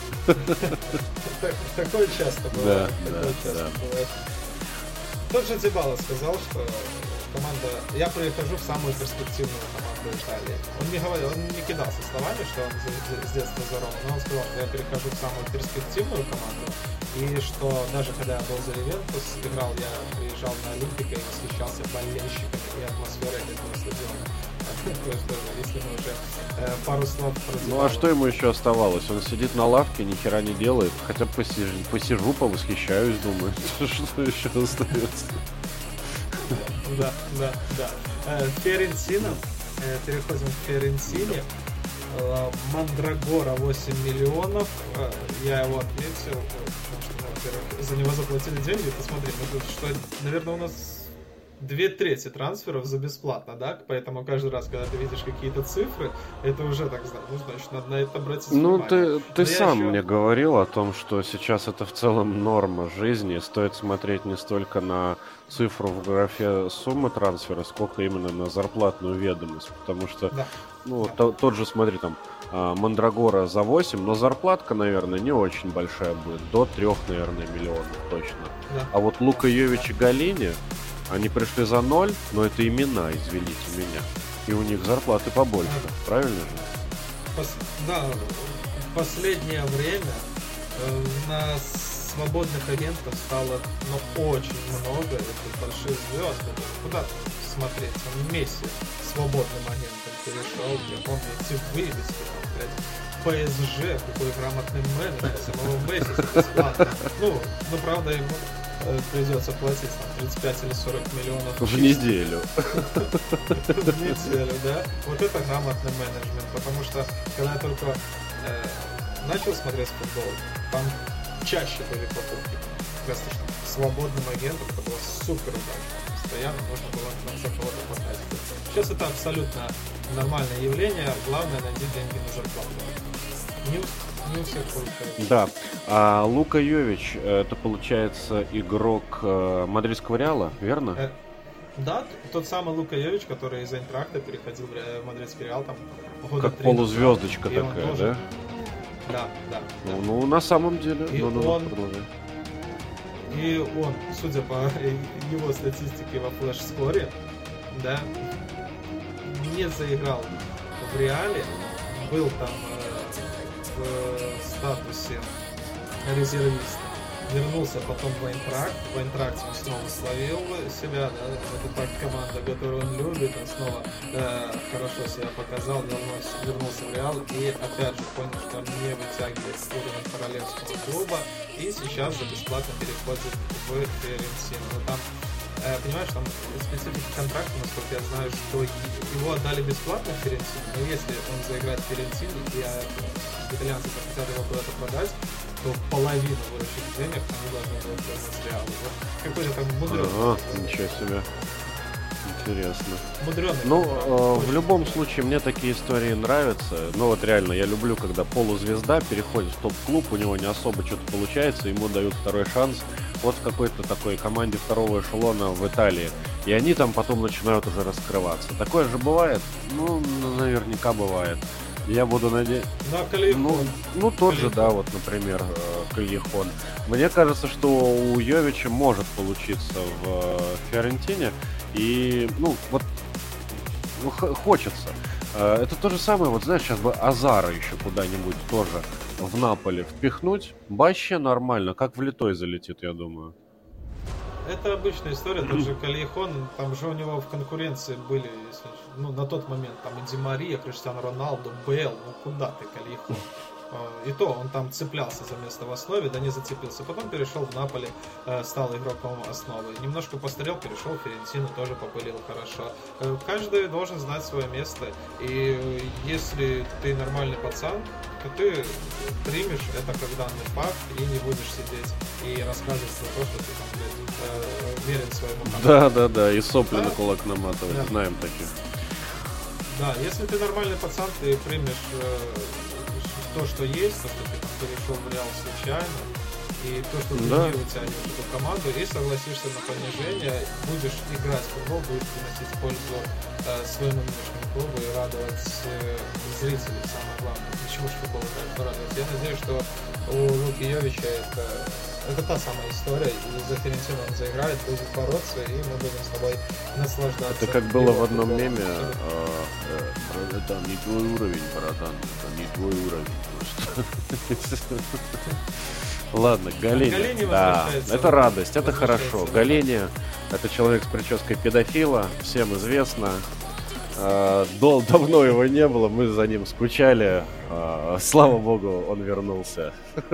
Такое часто бывает. Да. Тот же Дибала сказал, что команда... Я прихожу в самую перспективную команду Италии. Он не говорил, он не кидался словами, что он с детства за Рому, но он сказал, что я перехожу в самую перспективную команду, и что даже когда я был за Ювентус, играл, я приезжал на Олимпико и восхищался болельщиками и атмосферой этого стадиона. Если мы уже пару слов про Дибалу. Ну а что ему еще оставалось? Он сидит на лавке, ни хера не делает. Хотя бы посижу, повосхищаюсь, думаю, что еще остается. Да. Фиорентина. Переходим к Фиорентине. Мандрагора 8 миллионов. Я его отметил, потому что, во-первых, за него заплатили деньги. Посмотри, что, наверное, у нас 2/3 трансферов за бесплатно, да? Поэтому каждый раз, когда ты видишь какие-то цифры, это уже так, ну, значит, надо на это обратить внимание. Ну, ты сам мне говорил о том, что сейчас это в целом норма жизни. Стоит смотреть не столько на цифру в графе суммы трансфера, сколько именно на зарплатную ведомость. Потому что, тот же, смотри, там, Мандрагора за 8, но зарплатка, наверное, не очень большая будет. До 3, наверное, миллионов точно. Да. А вот Лука Йович и Галини, они пришли за 0, но это имена, извините меня. И у них зарплаты побольше, правильно же? Да, в последнее время на свободных агентов стало, очень много. Это большие звезды. Куда смотреть? Он Месси свободным агентом перешел, где помните вывески, ПСЖ, какой грамотный менеджер, самого Месси бесплатно. Правда, ему придется платить 35 или 40 миллионов в неделю. В неделю, да. Вот это грамотный менеджмент, потому что когда я только начал смотреть футбол, там чаще были покупки. Как раз свободным агентом, это было супер удачно. Постоянно можно было в конце кого-то потратить. Сейчас это абсолютно нормальное явление, главное найти деньги на зарплату. Не у всех получается. Да. А Лука Йович, это получается игрок мадридского Реала, верно? Да, тот самый Лука Йович, который из Айнтрахта переходил в мадридский Реал там года как полузвездочка такая, тоже... Да? Да. Ну, на самом деле. И он, судя по его статистике во флеш-скоре, да, не заиграл в Реале, был там в статусе резервиста, вернулся потом в Айнтрахт. В Айнтрахте он снова словил себя, да, это так команда, которую он любит, он снова хорошо себя показал, вернулся в Реал и опять же понял, что он не вытягивает уровень королевского клуба и сейчас за бесплатно переходит в Фиорентину. Но там, понимаешь, там специфика контракта, насколько я знаю, что его отдали бесплатно в Фиорентину, но если он заиграет в Фиорентине и итальянцы захотят его куда-то продать, то половину вырученных денег они должны будут вернуть Реалу. Вот какой-то там мудрёный. Ничего себе. Интересно. Мудрёный. В любом случае, мне такие истории нравятся. Реально, я люблю, когда полузвезда переходит в топ-клуб, у него не особо что-то получается, ему дают второй шанс. Вот в какой-то такой команде второго эшелона в Италии. И они там потом начинают уже раскрываться. Такое же бывает? Наверняка бывает. Я буду надеяться... Да, Кальехон. Тот же, да, вот, например, Кальехон. Мне кажется, что у Йовича может получиться в Фиорентине. И, хочется. Это то же самое, вот знаешь, сейчас бы Азара еще куда-нибудь тоже в Наполе впихнуть. Вообще нормально, как влитой залетит, я думаю. Это обычная история, тот же Кальехон, там же у него в конкуренции были, на тот момент, там и Ди Мария, Криштиану Роналду, Бейл, куда ты, Кальехон? И то он там цеплялся за место в основе, да не зацепился. Потом перешел в Наполе, стал игроком основы. Немножко постарел, перешел в Фиорентину, тоже попылил хорошо. Каждый должен знать свое место. И если ты нормальный пацан, то ты примешь это как данный факт и не будешь сидеть и рассказывать про то, что ты там, верен своему команду. Да, и сопли на кулак наматывать. Да. Знаем таких. Да, если ты нормальный пацан, ты примешь то, что есть, то, что ты там перешел в Реал случайно, и то, что ты не вытянешь эту команду, и согласишься на понижение, будешь играть в футбол, будешь приносить пользу своему нынешнему клубу и радовать зрителей, самое главное. Почему же футбол играет порадовать? Я надеюсь, что у Луки Йовича это та самая история, и за Фиорентину он заиграет, будет бороться, и мы будем с тобой наслаждаться. Это как было в одном меме, это не твой уровень, братан, это не твой уровень просто. Ладно, Галини, да, это радость, это хорошо. Галини, это человек с прической педофила, всем известно. Давно его не было, мы за ним скучали. Слава богу, он вернулся.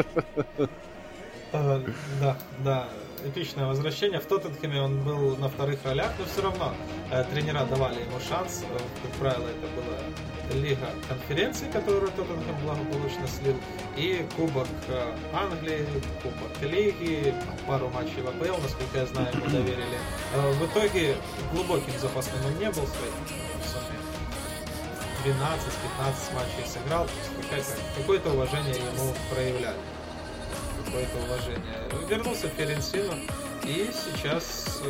Да, эпичное возвращение. В Тоттенхэме он был на вторых ролях, но все равно тренера давали ему шанс. Как правило, это была Лига конференций, которую Тоттенхэм благополучно слил, и Кубок Англии, Кубок Лиги, пару матчей в АПЛ, насколько я знаю, ему доверили. В итоге глубоким запасным он не был в своей сумме. 12-15 матчей сыграл, какое-то уважение ему проявляли. Какое-то уважение. Вернулся в Фиорентину, и сейчас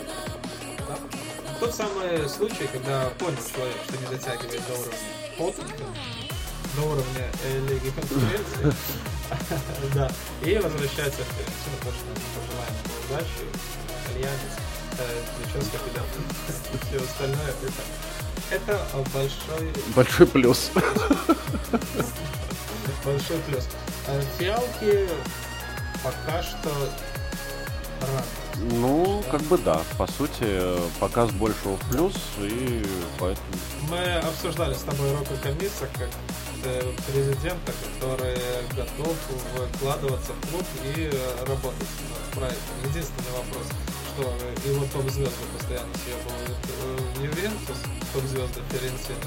тот самый случай, когда понял человек, что не дотягивает до уровня Тоттенхэма, до уровня Лиги конференции, да, и возвращается в Фиорентину, потому что пожелаем ему удачи, итальянец, прическа педал, все остальное, это большой плюс. Большой плюс. Фиалки пока что рано. Ну, как бы да, по сути, показ большего в плюс, и поэтому... Мы обсуждали с тобой Рока Камиса как президента, который готов вкладываться в клуб и работать над проектом. Единственный вопрос, что его топ-звезды постоянно съебывают в Ювентус, топ-звезды Фиорентины,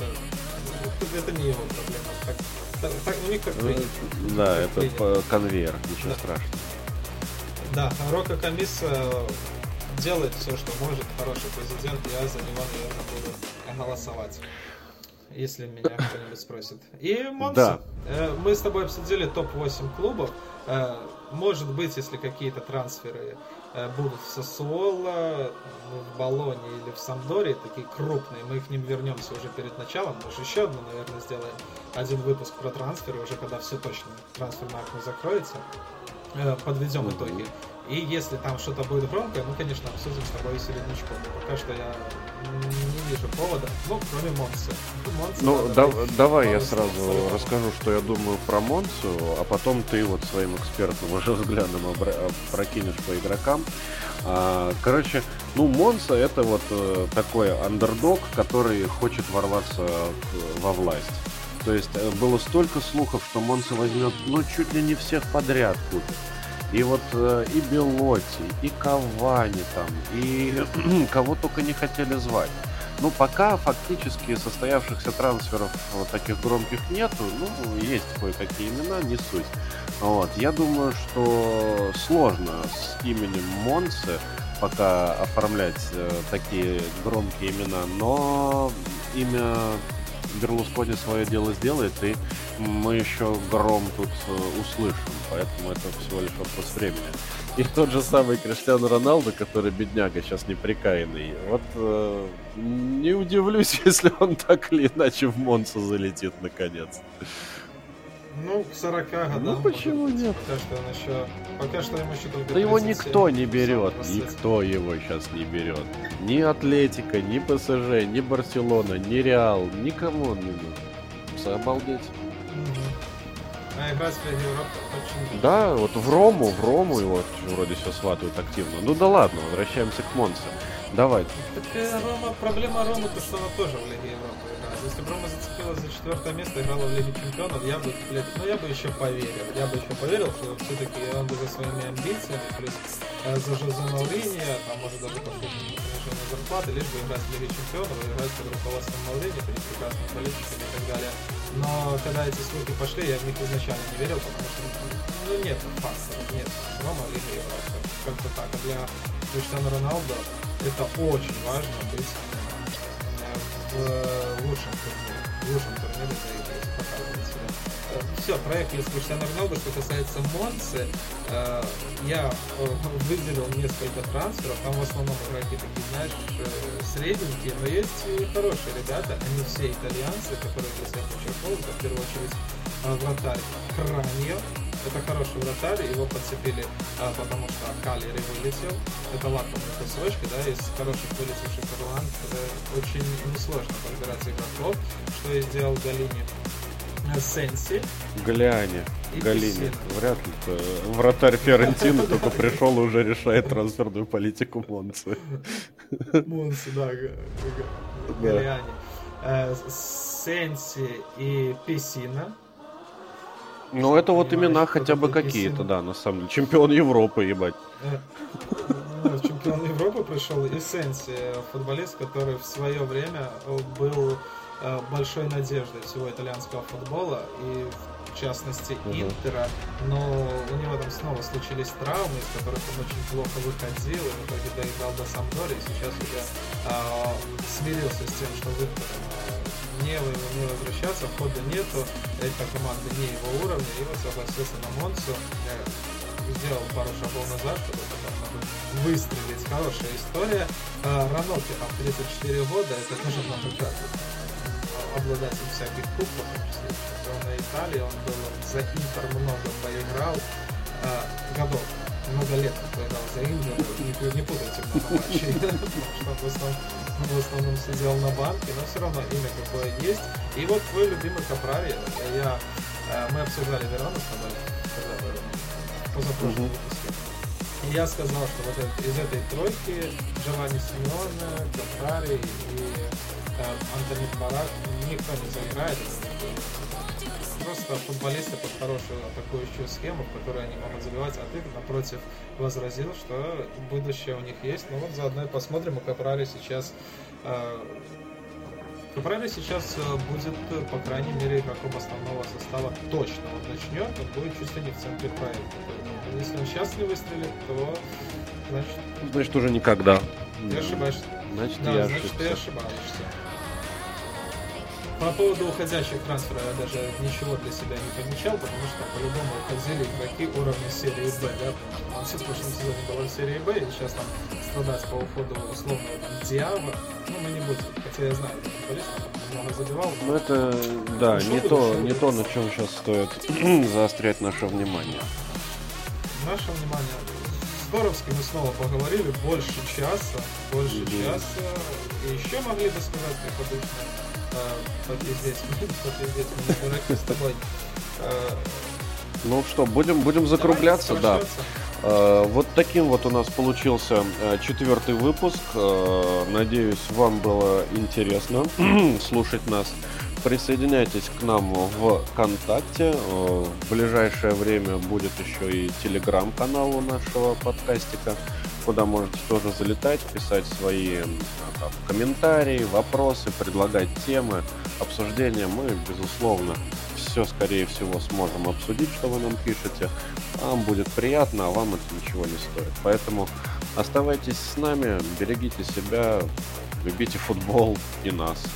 но это не его проблема. Так, у них так принято. Да, это конвейер, ничего страшного. Да, Рока Камис делает все, что может, хороший президент, я за него, наверное, буду голосовать, если меня кто-нибудь спросит. И Монса. Да. Мы с тобой обсудили топ-8 клубов. Может быть, если какие-то трансферы будут в Сассуоло, в Болоне или в Сампдории, такие крупные, мы к ним вернемся уже перед началом. Мы же еще одну, наверное, сделаем один выпуск про трансферы, уже когда все точно, трансферное окно закроется. Подведем итоги. И если там что-то будет громкое, мы, конечно, обсудим с тобой и середнячком. Но пока что я не вижу повода, кроме Монсы. Давай я сразу расскажу, что я думаю про Монсу, а потом ты вот своим экспертным уже взглядом прокинешь по игрокам. Короче, Монса это вот такой андердог, который хочет ворваться во власть. То есть было столько слухов, что Монса возьмет, чуть ли не всех подряд купит. И вот и Белотти, и Кавани там, и кого только не хотели звать. Пока фактически состоявшихся трансферов таких громких нету, есть кое-какие имена, не суть. Я думаю, что сложно с именем Монсы пока оформлять такие громкие имена, но имя Берлускони свое дело сделает, и мы еще гром тут услышим, поэтому это всего лишь вопрос времени. И тот же самый Криштиану Роналду, который бедняга сейчас неприкаянный, не удивлюсь, если он так или иначе в Монсу залетит наконец. К 40 годам. Почему нет? Пока что ему еще только 37. Да его никто не берет, никто его сейчас не берет. Ни Атлетика, ни ПСЖ, ни Барселона, ни Реал, никому он не нужен. Обалдеть. А играть в Лиге Европы очень... Да, вот в Рому его вроде все сватают активно. Да ладно, возвращаемся к Монсе. Давай. Так проблема Ромы, то что она тоже в Лиге Европы играет. Если бы Рома зацепилась за 4 место, играла в Лиге Чемпионов, я бы еще поверил. Я бы еще поверил, что все-таки он бы за своими амбициями, плюс за Жозе Мауриньо, там может даже пошли понижение зарплаты, лишь бы играть в Лиге Чемпионов, играть под руководством Мауриньо, перед прекрасными болельщиками и так далее. Но когда эти слухи пошли, я в них изначально не верил, потому что нет фактов, нет. Рома в Лиге Европы. Как-то так. А для Криштиану Роналду это очень важно быть в лучшем турнире заигрывать, показывать себя. Все, проехали с Криштиану Роналду. Что касается Монсы, я выделил несколько трансферов. Там в основном игроки такие, знаешь, средненькие, но есть и хорошие ребята. Они все итальянцы, которые для себя подчеркнули. В первую очередь вратарь Краньо. Это хороший вратарь, его подцепили, потому что Калери вылетел. Это лакомый кусочек, из хороших вылетевших Ирланд очень несложно подбирать игроков, что и сделал Галини. Сенси. Галини. Вряд ли. Вратарь Фиорентины только пришел и уже решает трансферную политику Монсы. Монсы, да. Галиани. Сенси и Песина. Это вот имена хотя бы какие-то, да, на самом деле. Чемпион Европы, ебать. Чемпион Европы пришел и Сенси, футболист, который в свое время был большой надеждой всего итальянского футбола и в частности Интера, но у него там снова случились травмы, из которых он очень плохо выходил, и в итоге доиграл до Сампдории, и сейчас уже смирился с тем, что в Интер не возвращаться, хода нету, эта команда не его уровня, и он согласился на Монсу, сделал пару шагов назад, чтобы потом выстрелить. Хорошая история. Ранотти, там 34 года, это тоже много каждый обладатель всяких кубков, в том числе чемпиона Италии, он был за Интер много поиграл, годов, много лет поиграл за Интер, не путайте много матчей, потому что он в основном сидел на банке, но все равно имя какое есть. И вот твой любимый Капрари, мы обсуждали Верону с тобой в позапрошлом выпуске. И я сказал, что вот из этой тройки Джованни Симеоне, Капрари и Антони Барак никто не заиграет. Просто футболисты под хорошую атакующую схему, в которой они могут забивать, а ты, напротив, возразил, что будущее у них есть. Ну вот заодно и посмотрим, у Капрари сейчас будет, по крайней мере, игроком основного состава точно. Вот начнет, он будет чуть ли не в центре проекта. Если он сейчас не выстрелит, то значит уже никогда. Ты ошибаешься. Значит, да, я значит, ты ошибаешься. По поводу уходящих трансфера я даже ничего для себя не помечал, потому что по-любому уходили игроки уровня серии Б, да? Он в прошлом сезоне был в серии Б, и сейчас там страдать по уходу условно Диаба, ну мы не будем, хотя я знаю, что футболист много забивал. Ну это, да, не то, на чем сейчас стоит заострять наше внимание. Наше внимание. Здоровски мы снова поговорили, больше часа, и еще могли бы сказать, как обычно, попиздеть мы дураки с тобой. Ну что, будем закругляться, да. Вот таким вот у нас получился 4-й выпуск. Надеюсь, вам было интересно слушать нас. Присоединяйтесь к нам в ВКонтакте. В ближайшее время будет еще и телеграм-канал у нашего подкастика, куда можете тоже залетать, писать свои комментарии, вопросы, предлагать темы, обсуждения. Мы, безусловно, все, скорее всего, сможем обсудить, что вы нам пишете. Нам будет приятно, а вам это ничего не стоит. Поэтому оставайтесь с нами, берегите себя, любите футбол и нас.